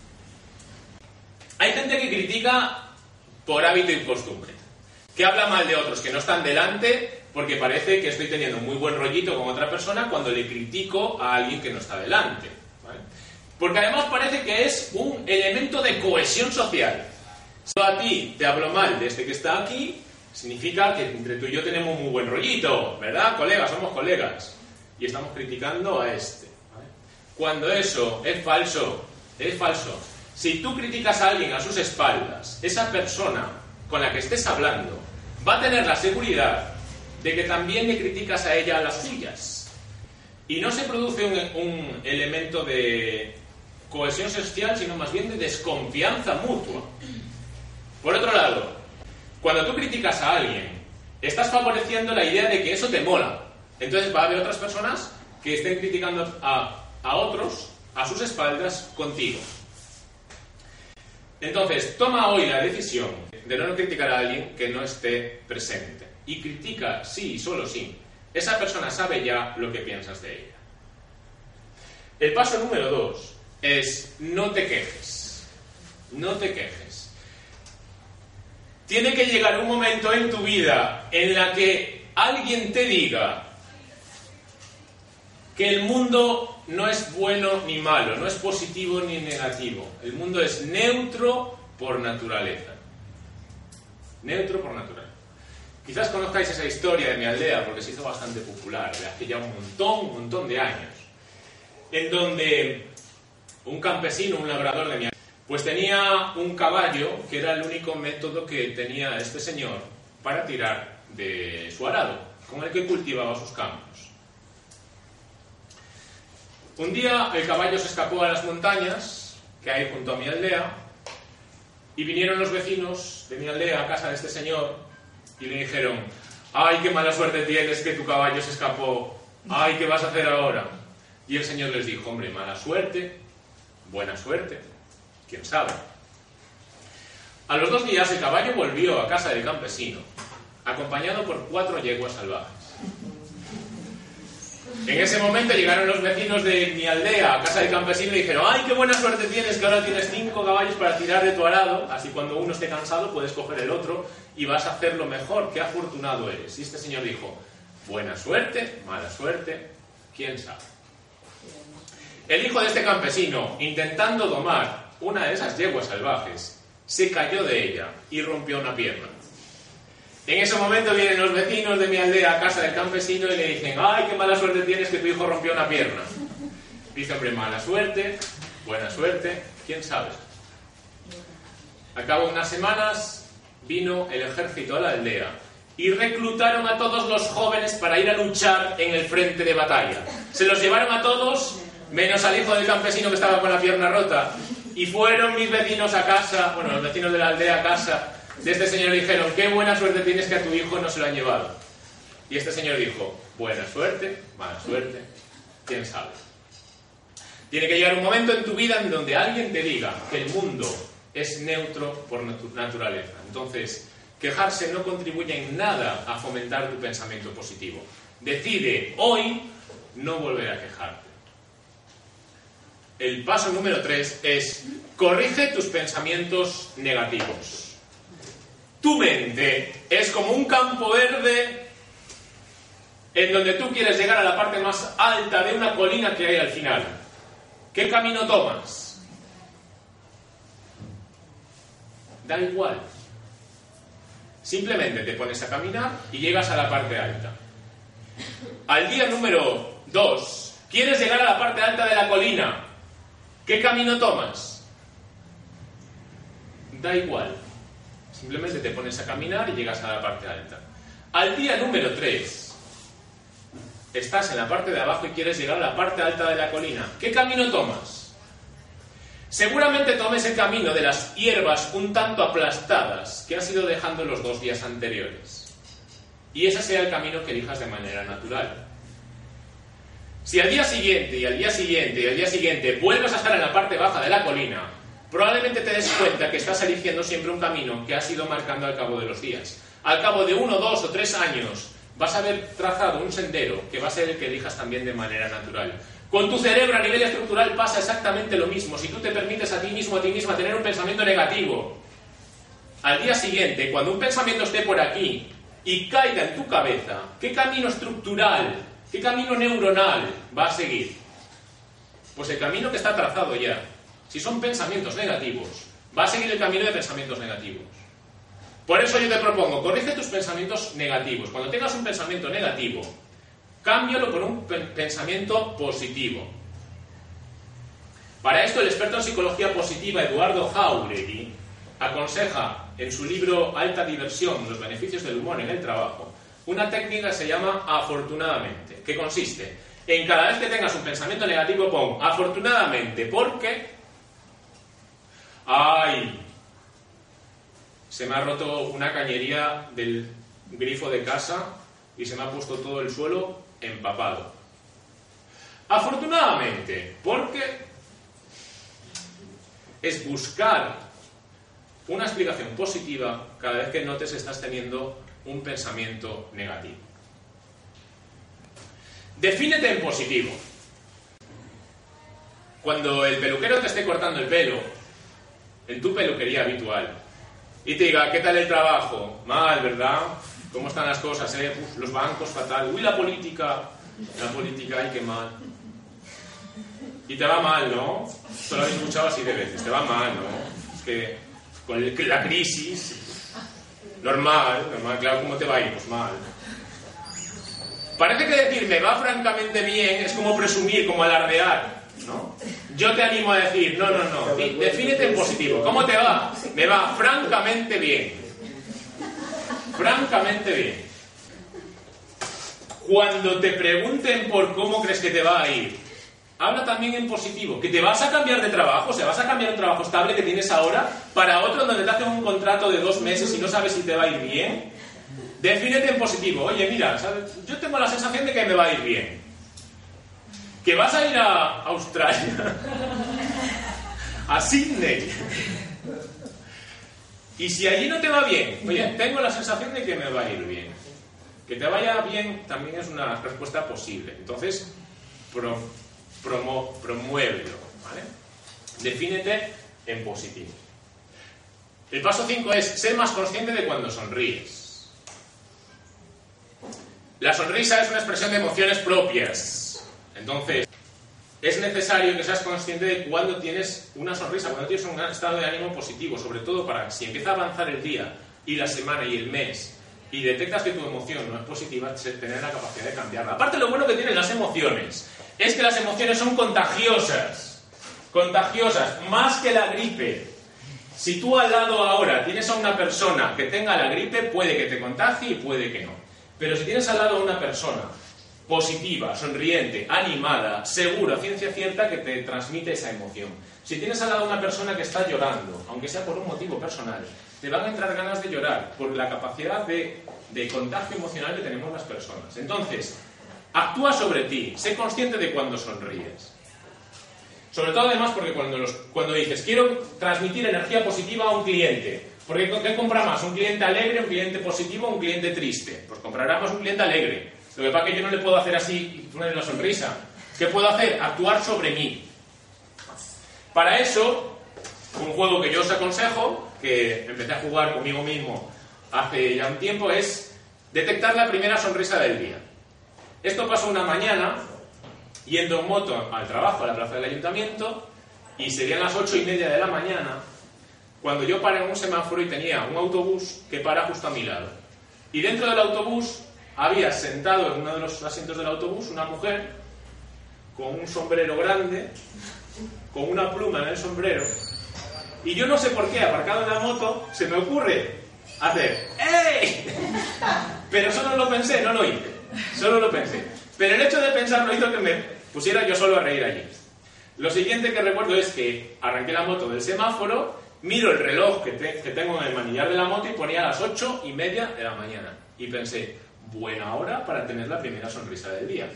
Hay gente que critica por hábito y costumbre, que habla mal de otros que no están delante porque parece que estoy teniendo un muy buen rollito con otra persona cuando le critico a alguien que no está delante, ¿vale? Porque además parece que es un elemento de cohesión social. Si yo a ti te hablo mal de este que está aquí, significa que entre tú y yo tenemos un muy buen rollito, ¿verdad? Colegas, somos colegas. Y estamos criticando a este, ¿vale? Cuando eso es falso, es falso. Si tú criticas a alguien a sus espaldas, esa persona con la que estés hablando va a tener la seguridad de que también le criticas a ella a las suyas. Y no se produce un elemento de cohesión social, sino más bien de desconfianza mutua. Por otro lado, cuando tú criticas a alguien, estás favoreciendo la idea de que eso te mola. Entonces va a haber otras personas que estén criticando a otros a sus espaldas contigo. Entonces, toma hoy la decisión de no criticar a alguien que no esté presente. Y critica, sí y solo sí. Esa persona sabe ya lo que piensas de ella. El paso número 2 es no te quejes. No te quejes. Tiene que llegar un momento en tu vida en la que alguien te diga que el mundo no es bueno ni malo, no es positivo ni negativo. El mundo es neutro por naturaleza. Neutro por naturaleza. Quizás conozcáis esa historia de mi aldea porque se hizo bastante popular, de hace ya un montón de años, en donde un campesino, un labrador de mi aldea, pues tenía un caballo que era el único método que tenía este señor para tirar de su arado, con el que cultivaba sus campos. Un día el caballo se escapó a las montañas que hay junto a mi aldea y vinieron los vecinos de mi aldea a casa de este señor y le dijeron: ¡ay, qué mala suerte tienes que tu caballo se escapó! ¡Ay, qué vas a hacer ahora! Y el señor les dijo: hombre, mala suerte, buena suerte, quién sabe. A los 2 días el caballo volvió a casa del campesino acompañado por 4 yeguas salvajes. En ese momento llegaron los vecinos de mi aldea a casa del campesino y dijeron: ¡ay, qué buena suerte tienes, que ahora tienes 5 caballos para tirar de tu arado! Así cuando uno esté cansado puedes coger el otro y vas a hacerlo mejor, qué afortunado eres. Y este señor dijo: buena suerte, mala suerte, quién sabe. El hijo de este campesino, intentando domar una de esas yeguas salvajes, se cayó de ella y rompió una pierna. En ese momento vienen los vecinos de mi aldea a casa del campesino y le dicen: ¡ay, qué mala suerte tienes que tu hijo rompió una pierna! Dice: hombre, mala suerte, buena suerte, quién sabe. Al cabo de unas semanas vino el ejército a la aldea y reclutaron a todos los jóvenes para ir a luchar en el frente de batalla. Se los llevaron a todos, menos al hijo del campesino que estaba con la pierna rota. Y fueron mis vecinos a casa, bueno, los vecinos de la aldea a casa de este señor y dijeron: qué buena suerte tienes que a tu hijo no se lo han llevado. Y este señor dijo: buena suerte, mala suerte, quién sabe. Tiene que llegar un momento en tu vida en donde alguien te diga que el mundo es neutro por naturaleza. Entonces, quejarse no contribuye en nada a fomentar tu pensamiento positivo. Decide hoy no volver a quejarte. El paso número 3 es: corrige tus pensamientos negativos. Tu mente es como un campo verde en donde tú quieres llegar a la parte más alta de una colina que hay al final. ¿Qué camino tomas? Da igual. Simplemente te pones a caminar y llegas a la parte alta. Al día número 2, quieres llegar a la parte alta de la colina. ¿Qué camino tomas? Da igual. Simplemente te pones a caminar y llegas a la parte alta. Al día número 3, estás en la parte de abajo y quieres llegar a la parte alta de la colina. ¿Qué camino tomas? Seguramente tomes el camino de las hierbas un tanto aplastadas que has ido dejando los 2 días anteriores. Y ese sea el camino que elijas de manera natural. Si al día siguiente, y al día siguiente, y al día siguiente vuelves a estar en la parte baja de la colina, probablemente te des cuenta que estás eligiendo siempre un camino que has ido marcando al cabo de los días. Al cabo de 1, 2 o 3 años vas a haber trazado un sendero que va a ser el que elijas también de manera natural. Con tu cerebro a nivel estructural pasa exactamente lo mismo. Si tú te permites a ti mismo, a ti misma tener un pensamiento negativo, al día siguiente, cuando un pensamiento esté por aquí y caiga en tu cabeza, ¿qué camino estructural, qué camino neuronal va a seguir? Pues el camino que está trazado ya. Si son pensamientos negativos, va a seguir el camino de pensamientos negativos. Por eso yo te propongo: corrige tus pensamientos negativos. Cuando tengas un pensamiento negativo, cámbialo por un pensamiento positivo. Para esto, el experto en psicología positiva Eduardo Jauregui aconseja en su libro Alta Diversión, los beneficios del humor en el trabajo, una técnica que se llama afortunadamente, que consiste en cada vez que tengas un pensamiento negativo, pon afortunadamente, porque ¡ay! Se me ha roto una cañería del grifo de casa y se me ha puesto todo el suelo empapado. Afortunadamente, porque es buscar una explicación positiva cada vez que notes que estás teniendo un pensamiento negativo. Defínete en positivo. Cuando el peluquero te esté cortando el pelo en tu peluquería habitual y te diga: ¿qué tal el trabajo? Mal, ¿verdad? ¿Cómo están las cosas, Uf, los bancos, fatal. Uy, la política, ay, qué mal. Y te va mal, ¿no? Esto lo habéis escuchado así de veces. Te va mal, ¿no? Es que con la crisis, normal, claro, ¿cómo te va a ir? Pues mal. Parece que decir me va francamente bien es como presumir, como alardear, ¿no? Yo te animo a decir, no, defínete en positivo. ¿Cómo te va? Me va francamente bien. Francamente bien. Cuando te pregunten por cómo crees que te va a ir, habla también en positivo. ¿Que te vas a cambiar de trabajo? O sea, ¿vas a cambiar un trabajo estable que tienes ahora para otro donde te hacen un contrato de 2 meses y no sabes si te va a ir bien? Defínete en positivo. Oye, mira, ¿sabes? Yo tengo la sensación de que me va a ir bien. ¿Que vas a ir a Australia? A Sydney. Y si allí no te va bien, oye, tengo la sensación de que me va a ir bien. Que te vaya bien también es una respuesta posible. Entonces, promuévelo, ¿vale? Defínete en positivo. El paso 5 es ser más consciente de cuando sonríes. La sonrisa es una expresión de emociones propias. Entonces, es necesario que seas consciente de cuando tienes una sonrisa, cuando tienes un estado de ánimo positivo, sobre todo para si empieza a avanzar el día y la semana y el mes y detectas que tu emoción no es positiva, tener la capacidad de cambiarla. Aparte, lo bueno que tienen las emociones es que las emociones son contagiosas. Contagiosas, más que la gripe. Si tú al lado ahora tienes a una persona que tenga la gripe, puede que te contagie y puede que no. Pero si tienes al lado a una persona positiva, sonriente, animada, segura, ciencia cierta, que te transmite esa emoción. Si tienes al lado a una persona que está llorando, aunque sea por un motivo personal, te van a entrar ganas de llorar por la capacidad de contagio emocional que tenemos las personas. Entonces, actúa sobre ti, sé consciente de cuando sonríes. Sobre todo además porque cuando dices, quiero transmitir energía positiva a un cliente, porque ¿qué compra más? ¿Un cliente alegre, un cliente positivo o un cliente triste? Pues comprará más un cliente alegre. Lo que pasa es que yo no le puedo hacer así y ponerle una sonrisa. ¿Qué puedo hacer? Actuar sobre mí. Para eso, un juego que yo os aconsejo, que empecé a jugar conmigo mismo hace ya un tiempo, es detectar la primera sonrisa del día. Esto pasó una mañana, yendo en moto al trabajo, a la plaza del ayuntamiento, y serían las 8:30 de la mañana, cuando yo paré en un semáforo y tenía un autobús que para justo a mi lado. Y dentro del autobús había sentado en uno de los asientos del autobús una mujer con un sombrero grande, con una pluma en el sombrero, y yo no sé por qué, aparcado en la moto, se me ocurre hacer ¡ey! Pero solo lo pensé, no lo hice, solo lo pensé. Pero el hecho de pensarlo hizo que me pusiera yo solo a reír allí. Lo siguiente que recuerdo es que arranqué la moto del semáforo, miro el reloj que tengo en el manillar de la moto y ponía las 8:30 de la mañana. Y pensé, buena hora para tener la primera sonrisa del día.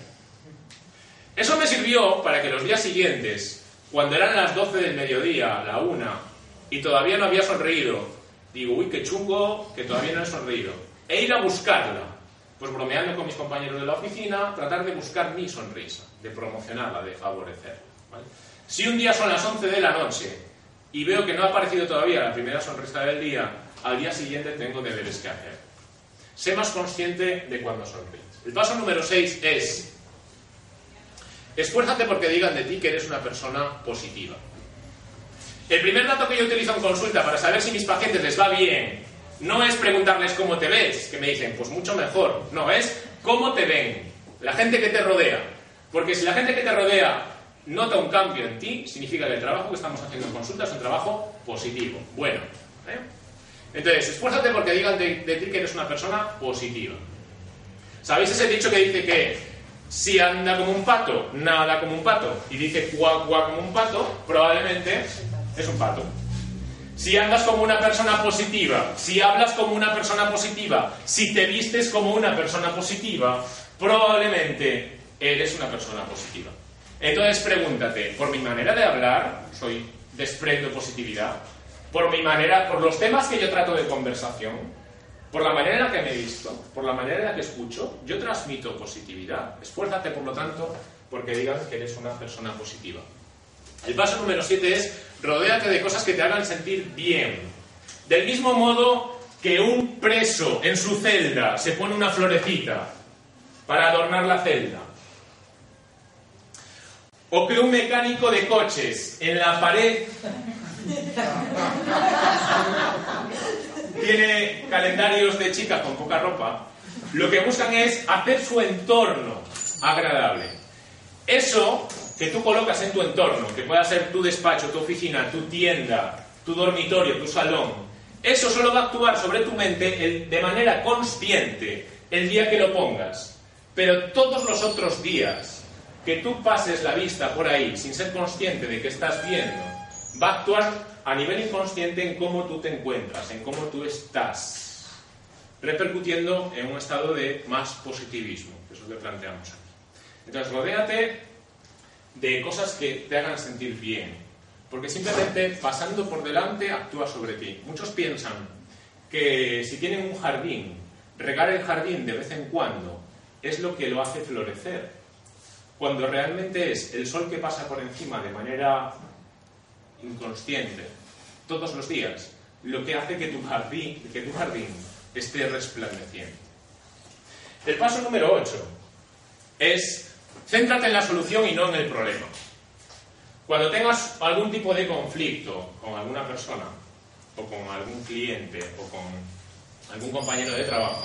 Eso me sirvió para que los días siguientes, cuando eran las 12 del mediodía, la 1, y todavía no había sonreído, digo, uy, qué chungo, que todavía no he sonreído. E ir a buscarla, pues bromeando con mis compañeros de la oficina, tratar de buscar mi sonrisa, de promocionarla, de favorecerla, ¿vale? Si un día son las 11 de la noche y veo que no ha aparecido todavía la primera sonrisa del día, al día siguiente tengo deberes que hacer. Sé más consciente de cuando sonríes. El paso número 6 es: esfuérzate porque digan de ti que eres una persona positiva. El primer dato que yo utilizo en consulta para saber si mis pacientes les va bien no es preguntarles cómo te ves, que me dicen, pues mucho mejor. No, es cómo te ven, la gente que te rodea. Porque si la gente que te rodea nota un cambio en ti, significa que el trabajo que estamos haciendo en consulta es un trabajo positivo, bueno, ¿eh? Entonces, esfuérzate porque digan de ti que eres una persona positiva. ¿Sabéis ese dicho que dice que si anda como un pato, nada como un pato, y dice cuac cuac como un pato, probablemente es un pato? Si andas como una persona positiva, si hablas como una persona positiva, si te vistes como una persona positiva, probablemente eres una persona positiva. Entonces pregúntate, ¿por mi manera de hablar desprendo positividad? ¿Por mi manera, por los temas que yo trato de conversación? ¿Por la manera en la que me he visto? ¿Por la manera en la que escucho? Yo transmito positividad. Esfuérzate, por lo tanto, porque digan que eres una persona positiva. El paso número 7 es: rodéate de cosas que te hagan sentir bien. Del mismo modo que un preso en su celda se pone una florecita para adornar la celda, o que un mecánico de coches en la pared tiene calendarios de chicas con poca ropa, lo que buscan es hacer su entorno agradable. Eso que tú colocas en tu entorno, que pueda ser tu despacho, tu oficina, tu tienda, tu dormitorio, tu salón, eso solo va a actuar sobre tu mente de manera consciente el día que lo pongas. Pero todos los otros días que tú pases la vista por ahí sin ser consciente de que estás viendo, va a actuar a nivel inconsciente en cómo tú te encuentras, en cómo tú estás, repercutiendo en un estado de más positivismo, que es lo que planteamos aquí. Entonces, rodéate de cosas que te hagan sentir bien, porque simplemente pasando por delante actúa sobre ti. Muchos piensan que si tienen un jardín, regar el jardín de vez en cuando es lo que lo hace florecer, cuando realmente es el sol que pasa por encima de manera inconsciente todos los días lo que hace que tu jardín esté resplandeciendo. El paso número 8 es: céntrate en la solución y no en el problema. Cuando tengas algún tipo de conflicto con alguna persona, o con algún cliente, o con algún compañero de trabajo,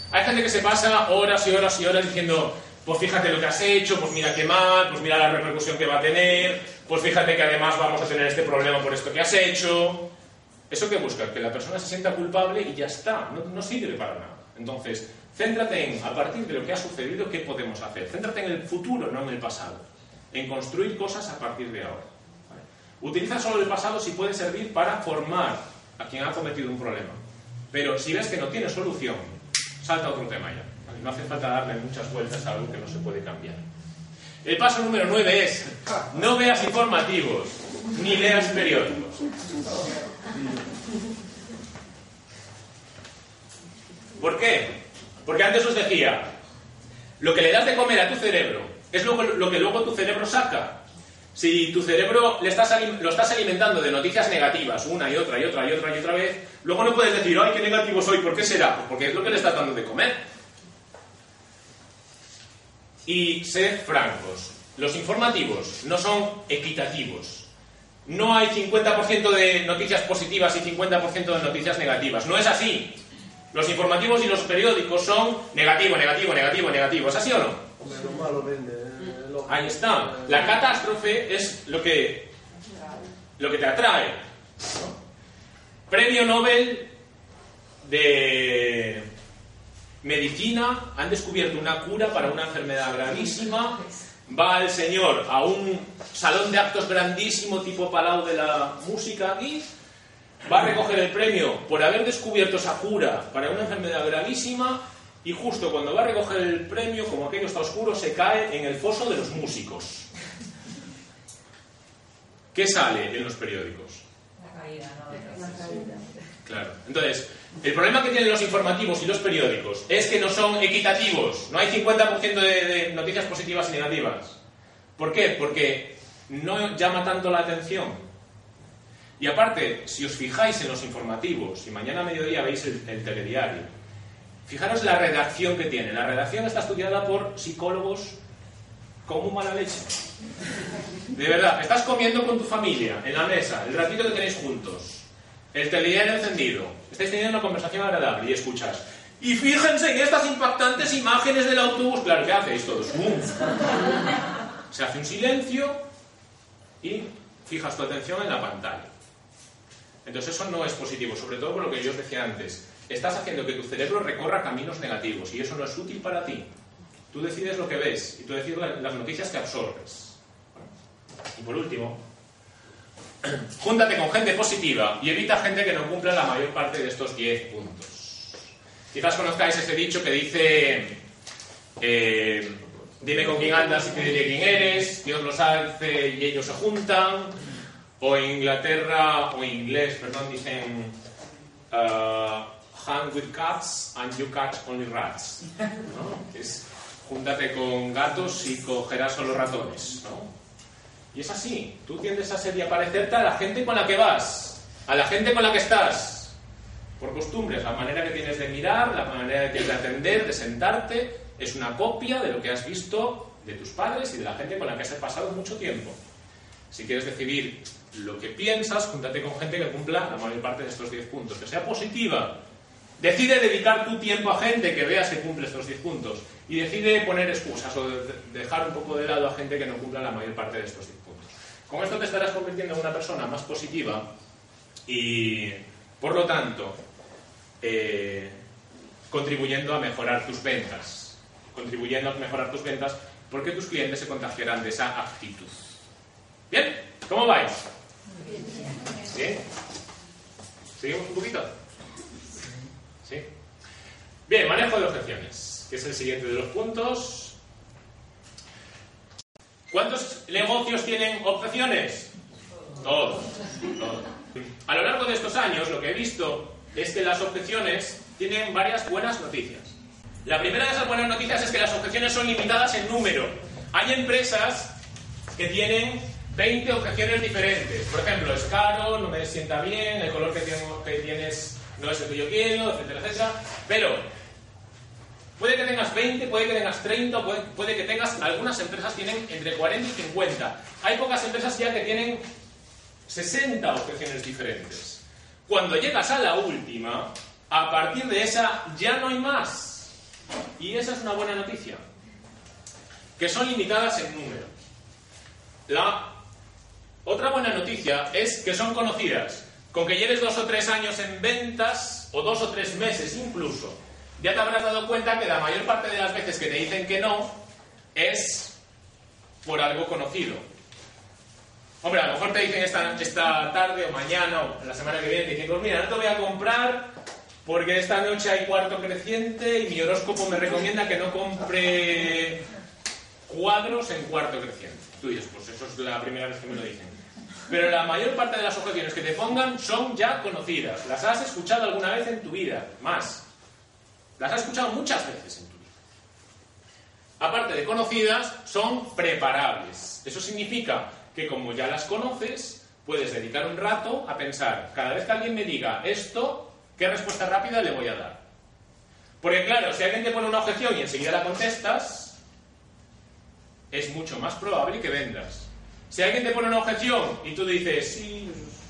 Hay gente que se pasa horas y horas y horas diciendo, pues fíjate lo que has hecho, pues mira qué mal, pues mira la repercusión que va a tener, pues fíjate que además vamos a tener este problema por esto que has hecho. ¿Eso qué busca? Que la persona se sienta culpable y ya está, no sirve para nada. Entonces, céntrate en, a partir de lo que ha sucedido, qué podemos hacer. Céntrate en el futuro, no en el pasado. En construir cosas a partir de ahora. ¿Vale? Utiliza solo el pasado si puede servir para formar a quien ha cometido un problema. Pero si ves que no tiene solución, salta a otro tema ya. ¿Vale? No hace falta darle muchas vueltas a algo que no se puede cambiar. El paso número 9 es, no veas informativos, ni leas periódicos. ¿Por qué? Porque antes os decía, lo que le das de comer a tu cerebro es lo que luego tu cerebro saca. Si tu cerebro lo estás alimentando de noticias negativas una y otra y otra y otra y otra vez, luego no puedes decir, ¡ay, qué negativo soy! ¿Por qué será? Pues porque es lo que le estás dando de comer. Y sed francos, los informativos no son equitativos. No hay 50% de noticias positivas y 50% de noticias negativas. No es así. Los informativos y los periódicos son negativo, negativo, negativo, negativo. ¿Es así o no? Hombre, lo malo vende. Ahí está. La catástrofe es lo que te atrae, ¿no? Premio Nobel de Medicina. Han descubierto una cura para una enfermedad gravísima. Va el señor a un salón de actos grandísimo tipo Palau de la Música aquí. Va a recoger el premio por haber descubierto esa cura para una enfermedad gravísima y justo cuando va a recoger el premio, como aquello está oscuro, se cae en el foso de los músicos. ¿Qué sale en los periódicos? La caída, ¿no? La caída. Claro. Entonces, el problema que tienen los informativos y los periódicos es que no son equitativos. No hay 50% de noticias positivas y negativas. ¿Por qué? Porque no llama tanto la atención. Y aparte, si os fijáis en los informativos, y mañana a mediodía veis el telediario, fijaros la redacción que tiene. La redacción está estudiada por psicólogos como mala leche. De verdad, estás comiendo con tu familia, en la mesa, el ratito que tenéis juntos, el telediario encendido, estáis teniendo una conversación agradable y escuchas. Y fíjense en estas impactantes imágenes del autobús. Claro, ¿qué hacéis todos? Se hace un silencio y fijas tu atención en la pantalla. Entonces eso no es positivo, sobre todo por lo que yo os decía antes. Estás haciendo que tu cerebro recorra caminos negativos y eso no es útil para ti. Tú decides lo que ves y tú decides las noticias que absorbes. Y por último, júntate con gente positiva y evita gente que no cumpla la mayor parte de estos 10 puntos. Quizás conozcáis ese dicho que dice dime con quién andas y te diré quién eres, Dios los hace y ellos se juntan. O en Inglaterra, o en inglés, perdón, dicen hunt with cats and you catch only rats, ¿no? Es júntate con gatos y cogerás solo ratones, ¿no? Y es así, tú tiendes a ser y a parecerte a la gente con la que vas, a la gente con la que estás, por costumbres. La manera que tienes de mirar, la manera que tienes de atender, de sentarte, es una copia de lo que has visto de tus padres y de la gente con la que has pasado mucho tiempo. Si quieres decidir lo que piensas, júntate con gente que cumpla la mayor parte de estos 10 puntos, que sea positiva. Decide dedicar tu tiempo a gente que veas que cumple estos 10 puntos y decide poner excusas o dejar un poco de lado a gente que no cumpla la mayor parte de estos 10 puntos. Con esto te estarás convirtiendo en una persona más positiva y, por lo tanto, contribuyendo a mejorar tus ventas. Contribuyendo a mejorar tus ventas porque tus clientes se contagiarán de esa actitud. ¿Bien? ¿Cómo vais? ¿Bien? ¿Seguimos un poquito? ¿Sí? Bien, manejo de objeciones, que es el siguiente de los puntos. ¿Cuántos negocios tienen objeciones? Todos. A lo largo de estos años, lo que he visto es que las objeciones tienen varias buenas noticias. La primera de esas buenas noticias es que las objeciones son limitadas en número. Hay empresas que tienen 20 objeciones diferentes. Por ejemplo, es caro, no me sienta bien, el color que tienes no es el que yo quiero, etcétera, etcétera. Pero puede que tengas 20, puede que tengas 30, puede que tengas... Algunas empresas tienen entre 40 y 50. Hay pocas empresas ya que tienen 60 objeciones diferentes. Cuando llegas a la última, a partir de esa ya no hay más. Y esa es una buena noticia, que son limitadas en número. La otra buena noticia es que son conocidas. Con que lleves 2 o 3 años en ventas, o 2 o 3 meses incluso, ya te habrás dado cuenta que la mayor parte de las veces que te dicen que no es por algo conocido. Hombre, a lo mejor te dicen esta tarde o mañana o la semana que viene, te dicen, pues mira, no te voy a comprar porque esta noche hay cuarto creciente y mi horóscopo me recomienda que no compre cuadros en cuarto creciente. Tú dices, pues eso es la primera vez que me lo dicen. Pero la mayor parte de las objeciones que te pongan son ya conocidas. Las has escuchado alguna vez en tu vida, más. Las has escuchado muchas veces en tu vida. Aparte de conocidas, son preparables. Eso significa que como ya las conoces, puedes dedicar un rato a pensar, cada vez que alguien me diga esto, ¿qué respuesta rápida le voy a dar? Porque claro, si alguien te pone una objeción y enseguida la contestas, es mucho más probable que vendas. Si alguien te pone una objeción y tú dices, sí,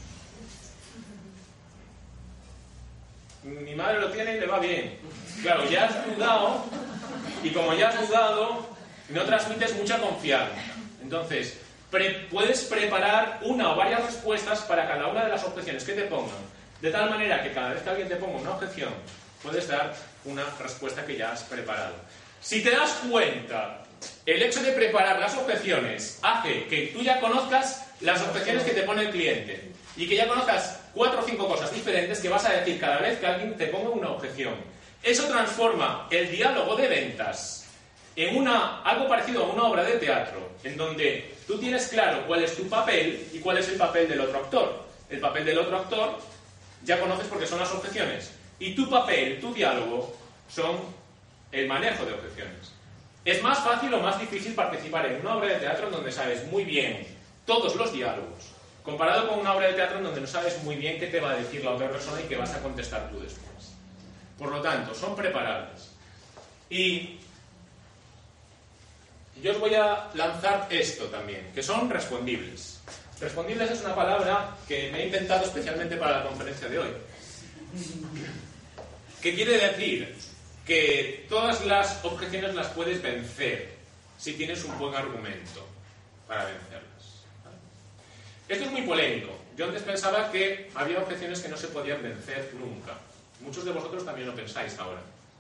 mi madre lo tiene y le va bien. Claro, ya has dudado, y como ya has dudado, no transmites mucha confianza. Entonces, puedes preparar una o varias respuestas para cada una de las objeciones que te pongan, de tal manera que cada vez que alguien te ponga una objeción, puedes dar una respuesta que ya has preparado. Si te das cuenta, el hecho de preparar las objeciones hace que tú ya conozcas las objeciones que te pone el cliente y que ya conozcas 4 o 5 cosas diferentes que vas a decir cada vez que alguien te ponga una objeción. Eso transforma el diálogo de ventas en algo parecido a una obra de teatro, en donde tú tienes claro cuál es tu papel y cuál es el papel del otro actor. El papel del otro actor ya conoces porque son las objeciones, y tu papel, tu diálogo, son el manejo de objeciones. Es más fácil o más difícil participar en una obra de teatro en donde sabes muy bien todos los diálogos, comparado con una obra de teatro en donde no sabes muy bien qué te va a decir la otra persona y qué vas a contestar tú después. Por lo tanto, son preparables. Y yo os voy a lanzar esto también, que son respondibles. Respondibles es una palabra que me he inventado especialmente para la conferencia de hoy. ¿Qué quiere decir? Que todas las objeciones las puedes vencer si tienes un buen argumento para vencerlas. Esto es muy polémico. Yo antes pensaba que había objeciones que no se podían vencer nunca. Muchos de vosotros también lo pensáis ahora.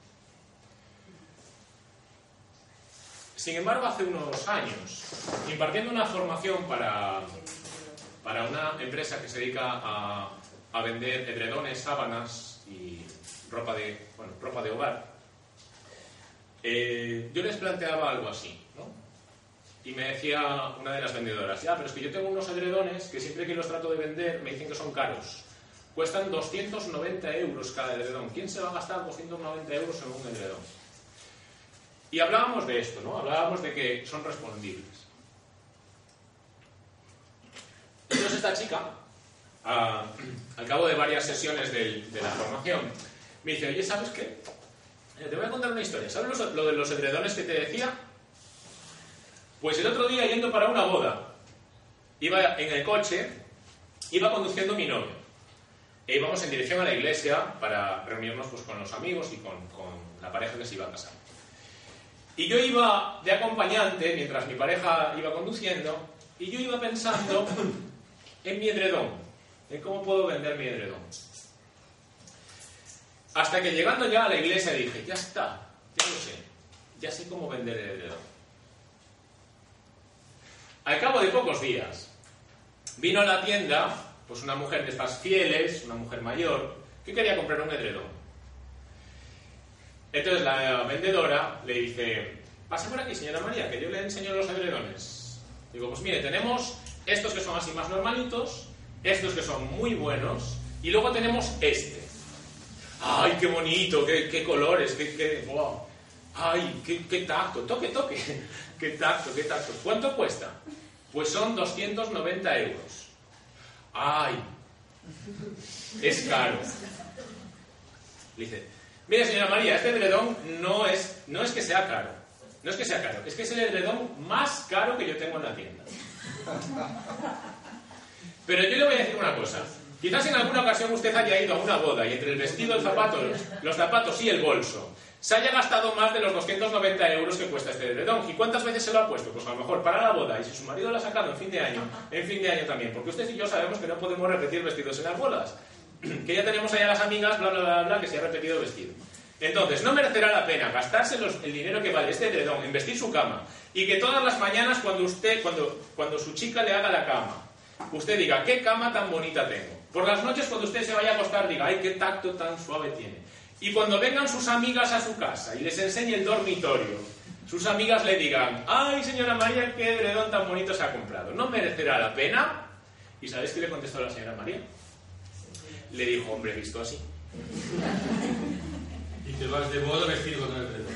Sin embargo, hace unos años, impartiendo una formación para una empresa que se dedica a vender edredones, sábanas y ropa de hogar, yo les planteaba algo así, ¿no? Y me decía una de las vendedoras, ya, pero es que yo tengo unos edredones que siempre que los trato de vender me dicen que son caros. Cuestan 290 euros cada edredón. ¿Quién se va a gastar 290 euros en un edredón? Y hablábamos de esto, ¿no? Hablábamos de que son respondibles. Entonces esta chica, al cabo de varias sesiones de la formación, me dice, oye, ¿sabes qué? Te voy a contar una historia. ¿Sabes lo de los edredones que te decía? Pues el otro día, yendo para una boda, iba en el coche, iba conduciendo mi novio. E íbamos en dirección a la iglesia para reunirnos pues, con los amigos y con la pareja que se iba a casar. Y yo iba de acompañante, mientras mi pareja iba conduciendo, y yo iba pensando en mi edredón, en cómo puedo vender mi edredón. Hasta que llegando ya a la iglesia dije, ya está, ya lo sé, ya sé cómo vender el edredón. Al cabo de pocos días, vino a la tienda pues una mujer de estas fieles, una mujer mayor, que quería comprar un edredón. Entonces la vendedora le dice, pase por aquí, señora María, que yo le enseño los edredones. Digo, pues mire, tenemos estos que son así más normalitos, estos que son muy buenos, y luego tenemos este. ¡Ay, qué bonito! ¡Qué colores! ¡Wow! ¡Ay, qué tacto! ¡Toque! ¡Qué tacto! ¿Cuánto cuesta? Pues son 290 euros. ¡Ay! Es caro. Le dice, mire, señora María, este edredón no es que sea caro. No es que sea caro, es que es el edredón más caro que yo tengo en la tienda. Pero yo le voy a decir una cosa. Quizás en alguna ocasión usted haya ido a una boda y entre el vestido, el zapato, los zapatos y el bolso se haya gastado más de los 290 euros que cuesta este edredón. ¿Y cuántas veces se lo ha puesto? Pues a lo mejor para la boda, y si su marido lo ha sacado en fin de año también, porque usted y yo sabemos que no podemos repetir vestidos en las bodas, que ya tenemos allá las amigas, bla, bla, bla, bla, que se ha repetido vestido. Entonces, no merecerá la pena gastarse el dinero que vale este edredón en vestir su cama, y que todas las mañanas cuando su chica le haga la cama, usted diga, qué cama tan bonita tengo. Por las noches cuando usted se vaya a acostar diga, ay, qué tacto tan suave tiene. Y cuando vengan sus amigas a su casa y les enseñe el dormitorio, sus amigas le digan, ay, señora María, qué edredón tan bonito se ha comprado. ¿No merecerá la pena? ¿Y sabéis qué le contestó la señora María? Le dijo, hombre, visto así. Y te vas de boda vestido con el edredón.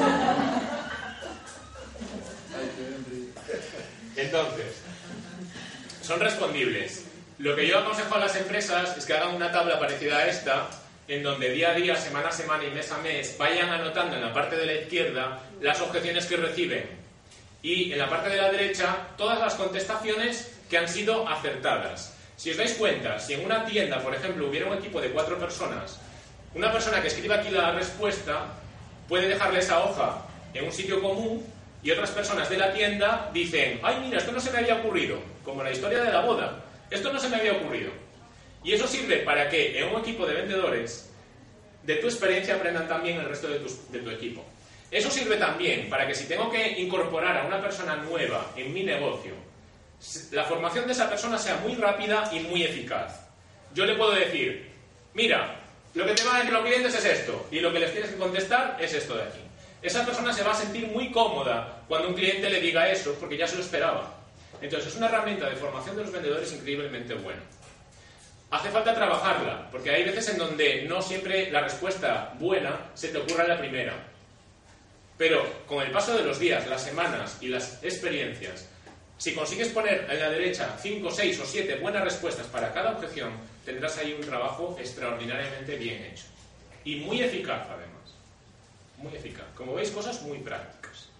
Entonces, son respondibles. Lo que yo aconsejo a las empresas es que hagan una tabla parecida a esta, en donde día a día, semana a semana y mes a mes vayan anotando en la parte de la izquierda las objeciones que reciben y en la parte de la derecha todas las contestaciones que han sido acertadas. Si os dais cuenta, si en una tienda, por ejemplo, hubiera un equipo de 4 personas, una persona que escriba aquí la respuesta puede dejarle esa hoja en un sitio común y otras personas de la tienda dicen, ay, mira, esto no se me había ocurrido, como la historia de la boda, esto no se me había ocurrido. Y eso sirve para que en un equipo de vendedores, de tu experiencia aprendan también el resto de tu equipo. Eso sirve también para que si tengo que incorporar a una persona nueva en mi negocio, la formación de esa persona sea muy rápida y muy eficaz. Yo le puedo decir, mira, lo que te van a decir los clientes es esto, y lo que les tienes que contestar es esto de aquí. Esa persona se va a sentir muy cómoda cuando un cliente le diga eso, porque ya se lo esperaba. Entonces, es una herramienta de formación de los vendedores increíblemente buena. Hace falta trabajarla, porque hay veces en donde no siempre la respuesta buena se te ocurra en la primera. Pero con el paso de los días, las semanas y las experiencias, si consigues poner en la derecha 5, 6 o 7 buenas respuestas para cada objeción, tendrás ahí un trabajo extraordinariamente bien hecho. Y muy eficaz, además. Muy eficaz. Como veis, cosas muy prácticas.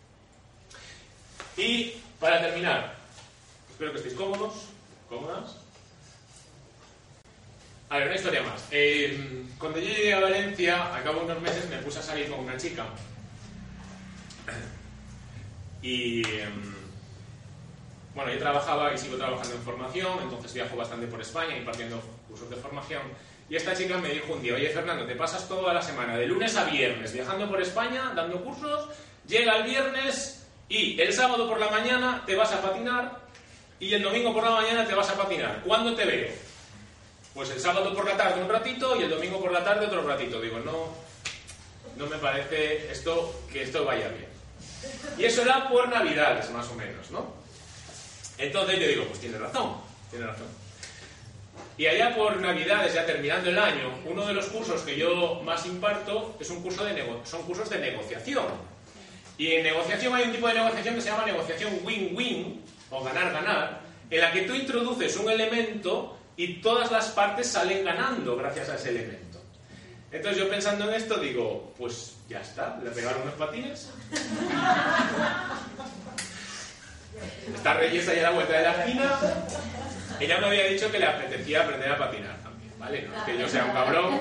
Y para terminar, espero que estéis cómodos, cómodas. A ver, una historia más. Cuando yo llegué a Valencia, a cabo de unos meses me puse a salir con una chica. Y bueno, yo trabajaba y sigo trabajando en formación, entonces viajo bastante por España impartiendo cursos de formación. Y esta chica me dijo un día, oye Fernando, te pasas toda la semana, de lunes a viernes, viajando por España, dando cursos, llega el viernes y el sábado por la mañana te vas a patinar y el domingo por la mañana te vas a patinar. ¿Cuándo te veo? Pues el sábado por la tarde un ratito y el domingo por la tarde otro ratito. Digo, no me parece que esto vaya bien. Y eso era por Navidades, más o menos, ¿no? Entonces yo digo, pues tiene razón. Y allá por Navidades, ya terminando el año, uno de los cursos que yo más imparto es son cursos de negociación. Y en negociación hay un tipo de negociación que se llama negociación win-win, o ganar-ganar, en la que tú introduces un elemento y todas las partes salen ganando gracias a ese elemento. Entonces yo pensando en esto digo, pues ya está, le pegaron unos patines. Esta Reyes ahí a la vuelta de la esquina. Ella me había dicho que le apetecía aprender a patinar también, ¿vale? No es que yo sea un cabrón.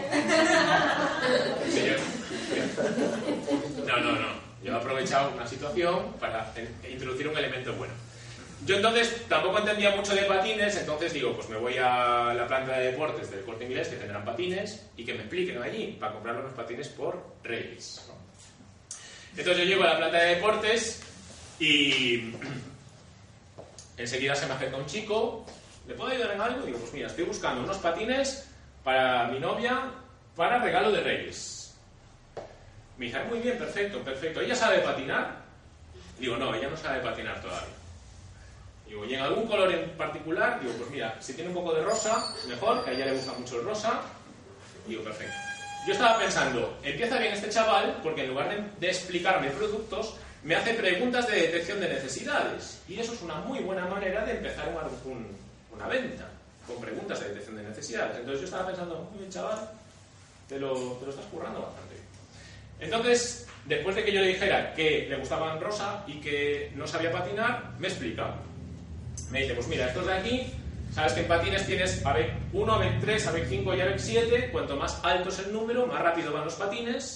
No. Yo he aprovechado una situación para introducir un elemento bueno. Yo entonces tampoco entendía mucho de patines, entonces digo, pues me voy a la planta de deportes del Corte Inglés, que tendrán patines, y que me expliquen allí, para comprar unos patines por Reyes, ¿no? Entonces yo llego a la planta de deportes y enseguida se me acerca un chico, ¿le puedo ayudar en algo? Digo, pues mira, estoy buscando unos patines para mi novia para regalo de Reyes. Me dice, muy bien, perfecto. ¿Ella sabe patinar? Digo, no, ella no sabe patinar todavía. Digo, ¿y en algún color en particular? Digo, pues mira, si tiene un poco de rosa, mejor, que a ella le gusta mucho el rosa. Digo, perfecto. Yo estaba pensando, empieza bien este chaval, porque en lugar de explicarme productos, me hace preguntas de detección de necesidades. Y eso es una muy buena manera de empezar una venta, con preguntas de detección de necesidades. Entonces yo estaba pensando, muy bien, chaval, te lo estás currando bastante. Entonces, después de que yo le dijera que le gustaban rosa y que no sabía patinar, me explica. Me dice, pues mira, estos de aquí, sabes que en patines tienes AVEC 1, AVEC 3, AVEC 5 y AVEC 7. Cuanto más alto es el número, más rápido van los patines.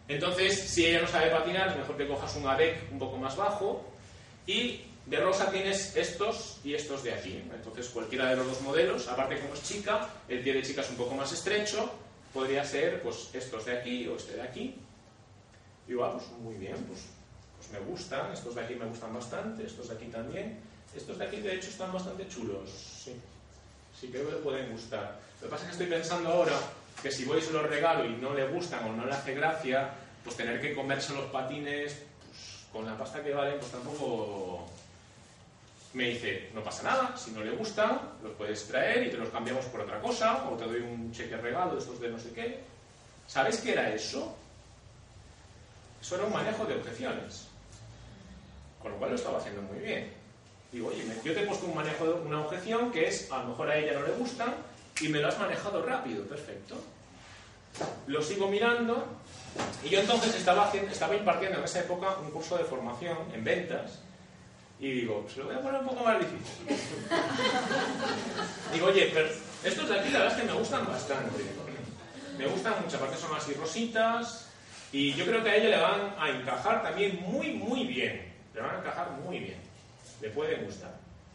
Entonces, si ella no sabe patinar, es mejor que cojas un ADEC un poco más bajo. Y de rosa tienes estos y estos de aquí. Entonces, cualquiera de los dos modelos, aparte como es chica, el pie de chica es un poco más estrecho, podría ser pues estos de aquí o este de aquí. Y pues muy bien, pues me gustan, estos de aquí me gustan bastante, estos de aquí también. Estos de aquí de hecho están bastante chulos, sí creo que le pueden gustar. Lo que pasa es que estoy pensando ahora que si voy y se los regalo y no le gustan o no le hace gracia, pues tener que comerse los patines pues, con la pasta que valen, pues tampoco... Me dice, no pasa nada, si no le gustan, los puedes traer y te los cambiamos por otra cosa, o te doy un cheque regalo de estos de no sé qué. ¿Sabes qué era eso? Eso era un manejo de objeciones. Con lo cual lo estaba haciendo muy bien. Digo, oye, yo te he puesto un manejo de una objeción que es, a lo mejor a ella no le gustan, y me lo has manejado rápido, perfecto. Lo sigo mirando, y yo entonces estaba impartiendo en esa época un curso de formación en ventas, y digo, se lo voy a poner un poco más difícil. Digo, oye, pero estos de aquí la verdad es que me gustan bastante. Me gustan mucho, aparte son así rositas, y yo creo que a ella le van a encajar también muy bien. Le van a encajar muy bien. Le pueden gustar.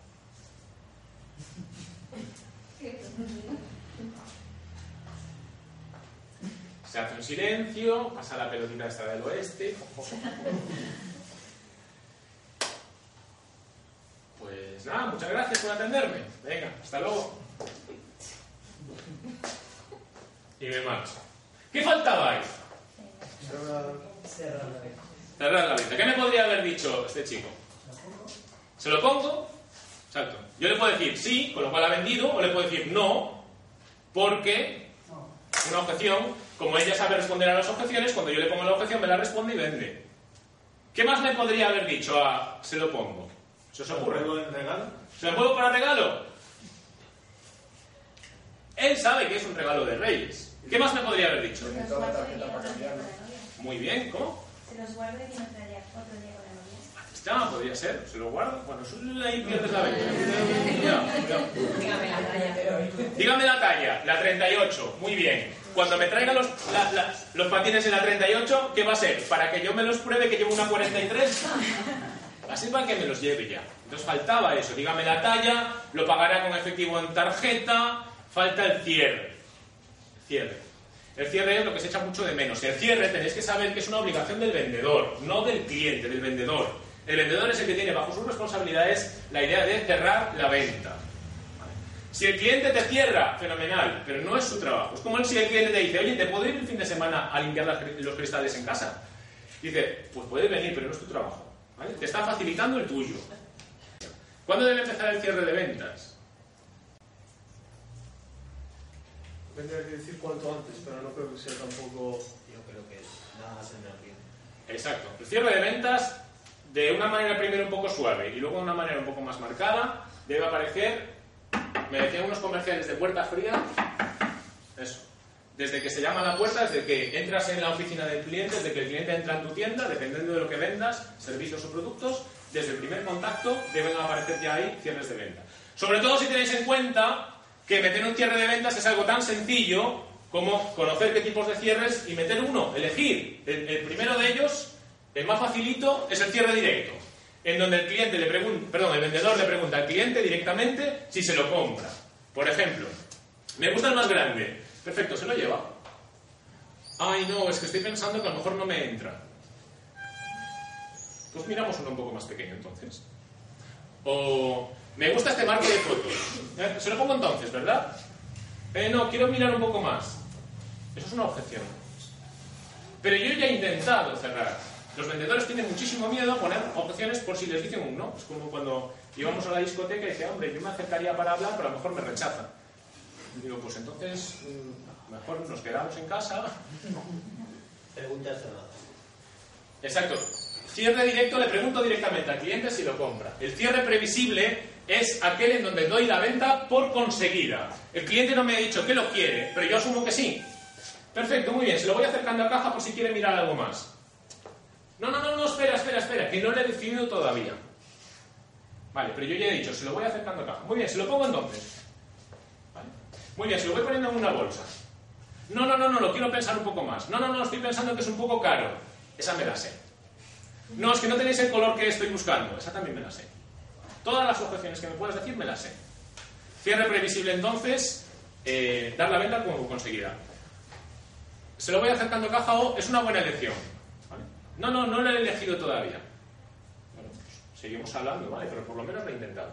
Se hace un silencio, pasa la pelotita esta del oeste. Pues nada, muchas gracias por atenderme. Venga, hasta luego. Y me marcho. ¿Qué faltaba ahí? Cerrar la venta. ¿Qué me podría haber dicho este chico? ¿Se lo pongo? Exacto. Yo le puedo decir sí, con lo cual ha vendido, o le puedo decir no, porque una objeción, como ella sabe responder a las objeciones, cuando yo le pongo la objeción me la responde y vende. ¿Qué más me podría haber dicho a se lo pongo? ¿Se os ocurre? ¿Se lo pongo para regalo? Él sabe que es un regalo de Reyes. ¿Qué más me podría haber dicho? Muy bien, ¿cómo? Se los guardo y no traería otro día con la novia. Está, podría ser, se lo guardo. Bueno, eso ahí pierdes la venta. Dígame la talla. Dígame la talla, la 38, muy bien. Cuando me traigan los patines en la 38, ¿qué va a ser? ¿Para que yo me los pruebe que llevo una 43? Así para que me los lleve ya. Entonces faltaba eso, dígame la talla, lo pagará con efectivo en tarjeta, falta el cierre. El cierre es lo que se echa mucho de menos. El cierre tenéis que saber que es una obligación del vendedor, no del cliente, del vendedor. El vendedor es el que tiene bajo sus responsabilidades la idea de cerrar la venta. Si el cliente te cierra, fenomenal, pero no es su trabajo. Es como si el cliente te dice, oye, ¿te puedo ir el fin de semana a limpiar los cristales en casa? Dice, pues puedes venir, pero no es tu trabajo. ¿Vale? Te está facilitando el tuyo. ¿Cuándo debe empezar el cierre de ventas? Tendría que decir cuanto antes, pero no creo que sea tampoco... Yo creo que nada más en el tiempo. Exacto. El cierre de ventas, de una manera primero un poco suave y luego de una manera un poco más marcada, debe aparecer, me decían unos comerciales de puerta fría, eso. Desde que se llama a la puerta, desde que entras en la oficina del cliente, desde que el cliente entra en tu tienda, dependiendo de lo que vendas, servicios o productos, desde el primer contacto deben aparecer ya ahí cierres de venta. Sobre todo si tenéis en cuenta que meter un cierre de ventas es algo tan sencillo como conocer qué tipos de cierres y meter uno, elegir. El primero de ellos, el más facilito, es el cierre directo, en donde el vendedor le pregunta al cliente directamente si se lo compra. Por ejemplo, me gusta el más grande. Perfecto, se lo lleva. Ay, no, es que estoy pensando que a lo mejor no me entra. Pues miramos uno un poco más pequeño entonces. O me gusta este marco de fotos. Se lo pongo entonces, ¿verdad? No, quiero mirar un poco más. Eso es una objeción. Pero yo ya he intentado cerrar. Los vendedores tienen muchísimo miedo a poner objeciones por si les dicen un no. Es como cuando íbamos a la discoteca y decía, hombre, yo me acercaría para hablar, pero a lo mejor me rechazan. Y digo, pues entonces, mejor nos quedamos en casa. Preguntas cerradas. Exacto. Cierre directo, le pregunto directamente al cliente si lo compra. El cierre previsible es aquel en donde doy la venta por conseguida. El cliente no me ha dicho que lo quiere, pero yo asumo que sí. Perfecto, muy bien, se lo voy acercando a caja por si quiere mirar algo más. No, espera, que no lo he decidido todavía. Vale, pero yo ya he dicho, se lo voy acercando a caja. Muy bien, se lo pongo entonces. Vale. Muy bien, se lo voy poniendo en una bolsa. No, lo quiero pensar un poco más. No, estoy pensando que es un poco caro. Esa me la sé. No, es que no tenéis el color que estoy buscando. Esa también me la sé. Todas las objeciones que me puedas decir me las sé. Cierre previsible, entonces, dar la venta como conseguida. ¿Se lo voy acercando a caja o es una buena elección? ¿Vale? No lo he elegido todavía. Bueno, pues seguimos hablando, ¿vale? Pero por lo menos lo he intentado.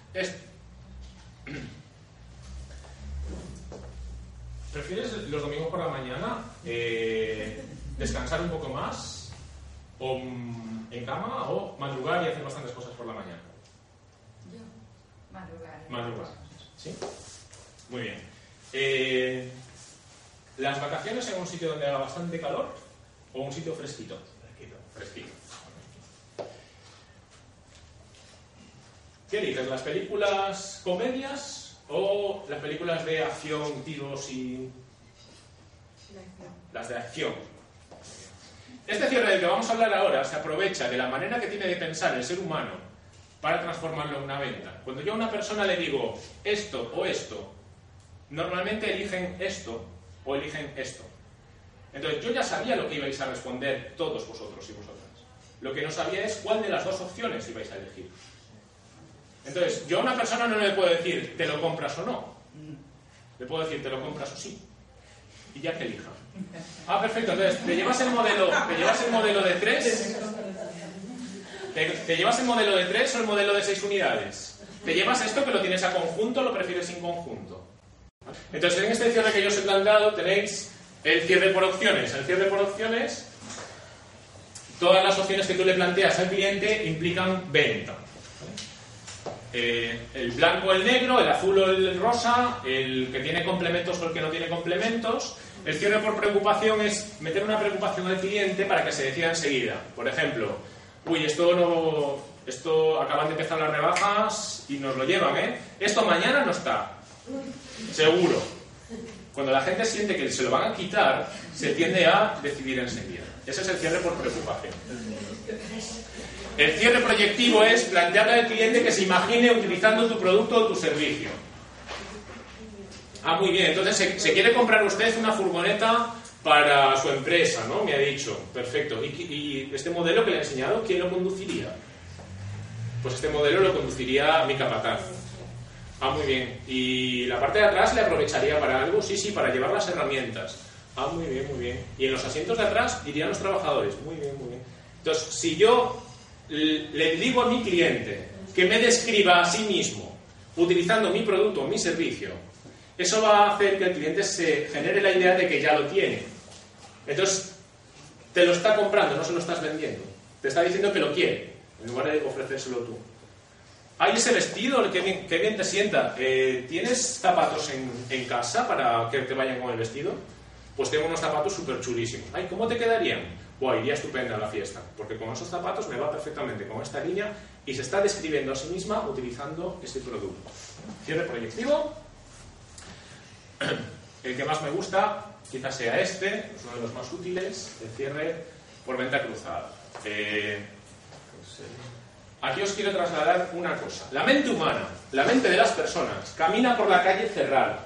¿Prefieres los domingos por la mañana descansar un poco más o en cama o madrugar y hacer bastantes cosas por la mañana? Yo, madrugar. Madrugar, ¿sí? Muy bien. ¿Las vacaciones en un sitio donde haga bastante calor o un sitio fresquito? Fresquito. ¿Qué eliges? ¿Las películas comedias o las películas de acción, tiros y...? Las de acción. Este cierre del que vamos a hablar ahora se aprovecha de la manera que tiene de pensar el ser humano para transformarlo en una venta. Cuando yo a una persona le digo esto o esto, normalmente eligen esto o eligen esto. Entonces yo ya sabía lo que ibais a responder todos vosotros y vosotras. Lo que no sabía es cuál de las dos opciones ibais a elegir. Entonces, yo a una persona no le puedo decir, ¿te lo compras o no? Le puedo decir, ¿te lo compras o sí? Y ya que elija. Ah, perfecto. Entonces, ¿te llevas el modelo de 3? ¿Te llevas el modelo de 3 o el modelo de 6 unidades? ¿Te llevas esto que lo tienes a conjunto o lo prefieres sin conjunto? Entonces, en este cierre que yo os he planteado tenéis el cierre por opciones. El cierre por opciones, todas las opciones que tú le planteas al cliente implican venta. El blanco o el negro, el azul o el rosa, el que tiene complementos o el que no tiene complementos. El cierre por preocupación es meter una preocupación al cliente para que se decida enseguida. Por ejemplo, esto acaban de empezar las rebajas y nos lo llevan, ¿eh? Esto mañana no está. Seguro. Cuando la gente siente que se lo van a quitar, se tiende a decidir enseguida. Ese es el cierre por preocupación. El cierre proyectivo es plantearle al cliente que se imagine utilizando tu producto o tu servicio. Ah, muy bien. Entonces, se quiere comprar usted una furgoneta para su empresa, ¿no? Me ha dicho. Perfecto. ¿Y este modelo que le he enseñado, quién lo conduciría? Pues este modelo lo conduciría mi capataz. Ah, muy bien. ¿Y la parte de atrás le aprovecharía para algo? Sí, para llevar las herramientas. Ah, muy bien, muy bien. ¿Y en los asientos de atrás irían los trabajadores? Muy bien, muy bien. Entonces, si yo le digo a mi cliente que me describa a sí mismo utilizando mi producto o mi servicio, eso va a hacer que el cliente se genere la idea de que ya lo tiene. Entonces, te lo está comprando, no se lo estás vendiendo. Te está diciendo que lo quiere, en lugar de ofrecérselo tú. ¿Hay ese vestido? Qué bien te sienta. ¿Tienes zapatos en casa para que te vayan con el vestido? Pues tengo unos zapatos súper chulísimos. Ay, ¿cómo te quedarían? Buah, iría estupenda a la fiesta, porque con esos zapatos me va perfectamente con esta línea y se está describiendo a sí misma utilizando este producto. Cierre proyectivo. El que más me gusta quizás sea este, es uno de los más útiles, el cierre por venta cruzada. Aquí os quiero trasladar una cosa. La mente humana, la mente de las personas, camina por la calle cerrada.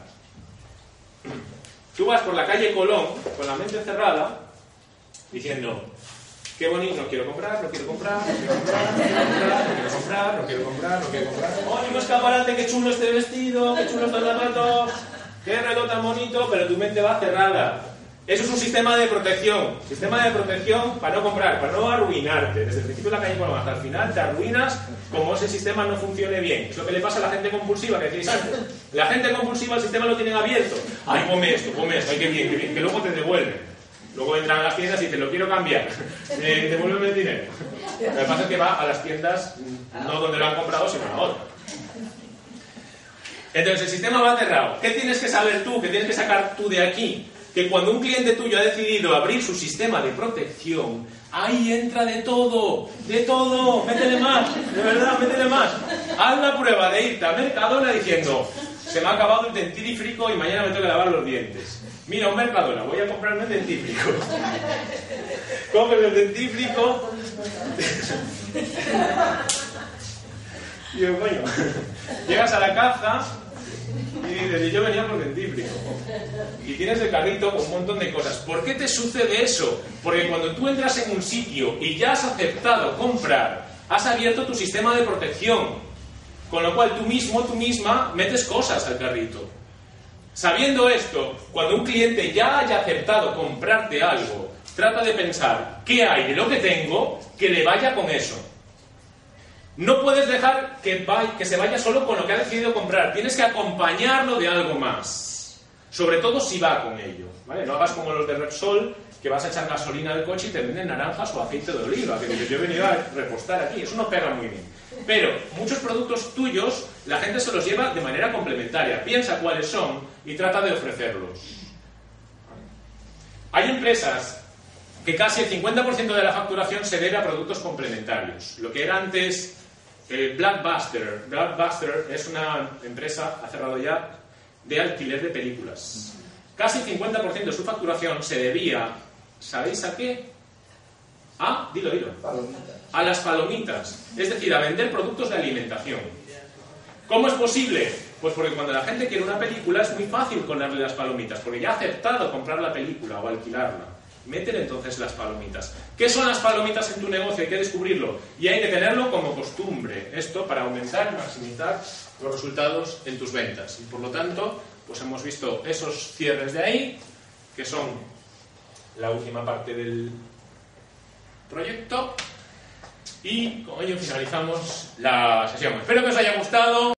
Tú vas por la calle Colón con la mente cerrada diciendo, qué bonito, no quiero comprar, no quiero comprar, no quiero comprar, no quiero comprar, no quiero comprar, no quiero comprar, no quiero comprar. ¡Oh, no escaparate, qué chulo este vestido, qué chulo estos zapatos, qué reloj tan bonito! Pero tu mente va cerrada. Eso es un sistema de protección. Sistema de protección para no comprar, para no arruinarte. Desde el principio de la calle Colón hasta el final te arruinas como ese sistema no funcione bien. Es lo que le pasa a la gente compulsiva, que decís antes. La gente compulsiva el sistema lo tienen abierto. Ay, ponme esto, ay, qué bien, que luego te devuelven. Luego entran a las tiendas y te lo quiero cambiar. Devuélveme el dinero. Lo que pasa es que va a las tiendas no donde lo han comprado, sino a otra. Entonces el sistema va cerrado. ¿Qué tienes que saber tú? ¿Qué tienes que sacar tú de aquí? Que cuando un cliente tuyo ha decidido abrir su sistema de protección, ahí entra de todo, métele más, de verdad, métele más. Haz la prueba de irte a Mercadona diciendo, se me ha acabado el dentífrico y mañana me tengo que lavar los dientes. Mira, un Mercadona, voy a comprarme el dentífrico. Coges el dentífrico. Y yo, coño, llegas a la caja Y dices, yo venía por dentífrico. Y tienes el carrito con un montón de cosas. ¿Por qué te sucede eso? Porque cuando tú entras en un sitio y ya has aceptado comprar, has abierto tu sistema de protección. Con lo cual tú mismo, tú misma, metes cosas al carrito. Sabiendo esto, cuando un cliente ya haya aceptado comprarte algo, trata de pensar qué hay de lo que tengo que le vaya con eso. No puedes dejar que se vaya solo con lo que ha decidido comprar. Tienes que acompañarlo de algo más. Sobre todo si va con ello, ¿vale? No hagas como los de Repsol, que vas a echar gasolina al coche y te venden naranjas o aceite de oliva, que dices, yo he venido a repostar aquí. Eso no pega muy bien. Pero muchos productos tuyos, la gente se los lleva de manera complementaria. Piensa cuáles son y trata de ofrecerlos. Hay empresas que casi el 50% de la facturación se debe a productos complementarios. Lo que era antes Blockbuster. Blockbuster es una empresa, ha cerrado ya, de alquiler de películas. Casi el 50% de su facturación se debía, ¿sabéis a qué? Dilo. Palomitas. A las palomitas. Es decir, a vender productos de alimentación. ¿Cómo es posible? Pues porque cuando la gente quiere una película es muy fácil ponerle las palomitas, porque ya ha aceptado comprar la película o alquilarla. Métele entonces las palomitas. ¿Qué son las palomitas en tu negocio? Hay que descubrirlo. Y hay que tenerlo como costumbre. Esto para aumentar y maximizar los resultados en tus ventas. Y por lo tanto, pues hemos visto esos cierres de ahí, que son la última parte del proyecto. Y con ello finalizamos la sesión. Espero que os haya gustado.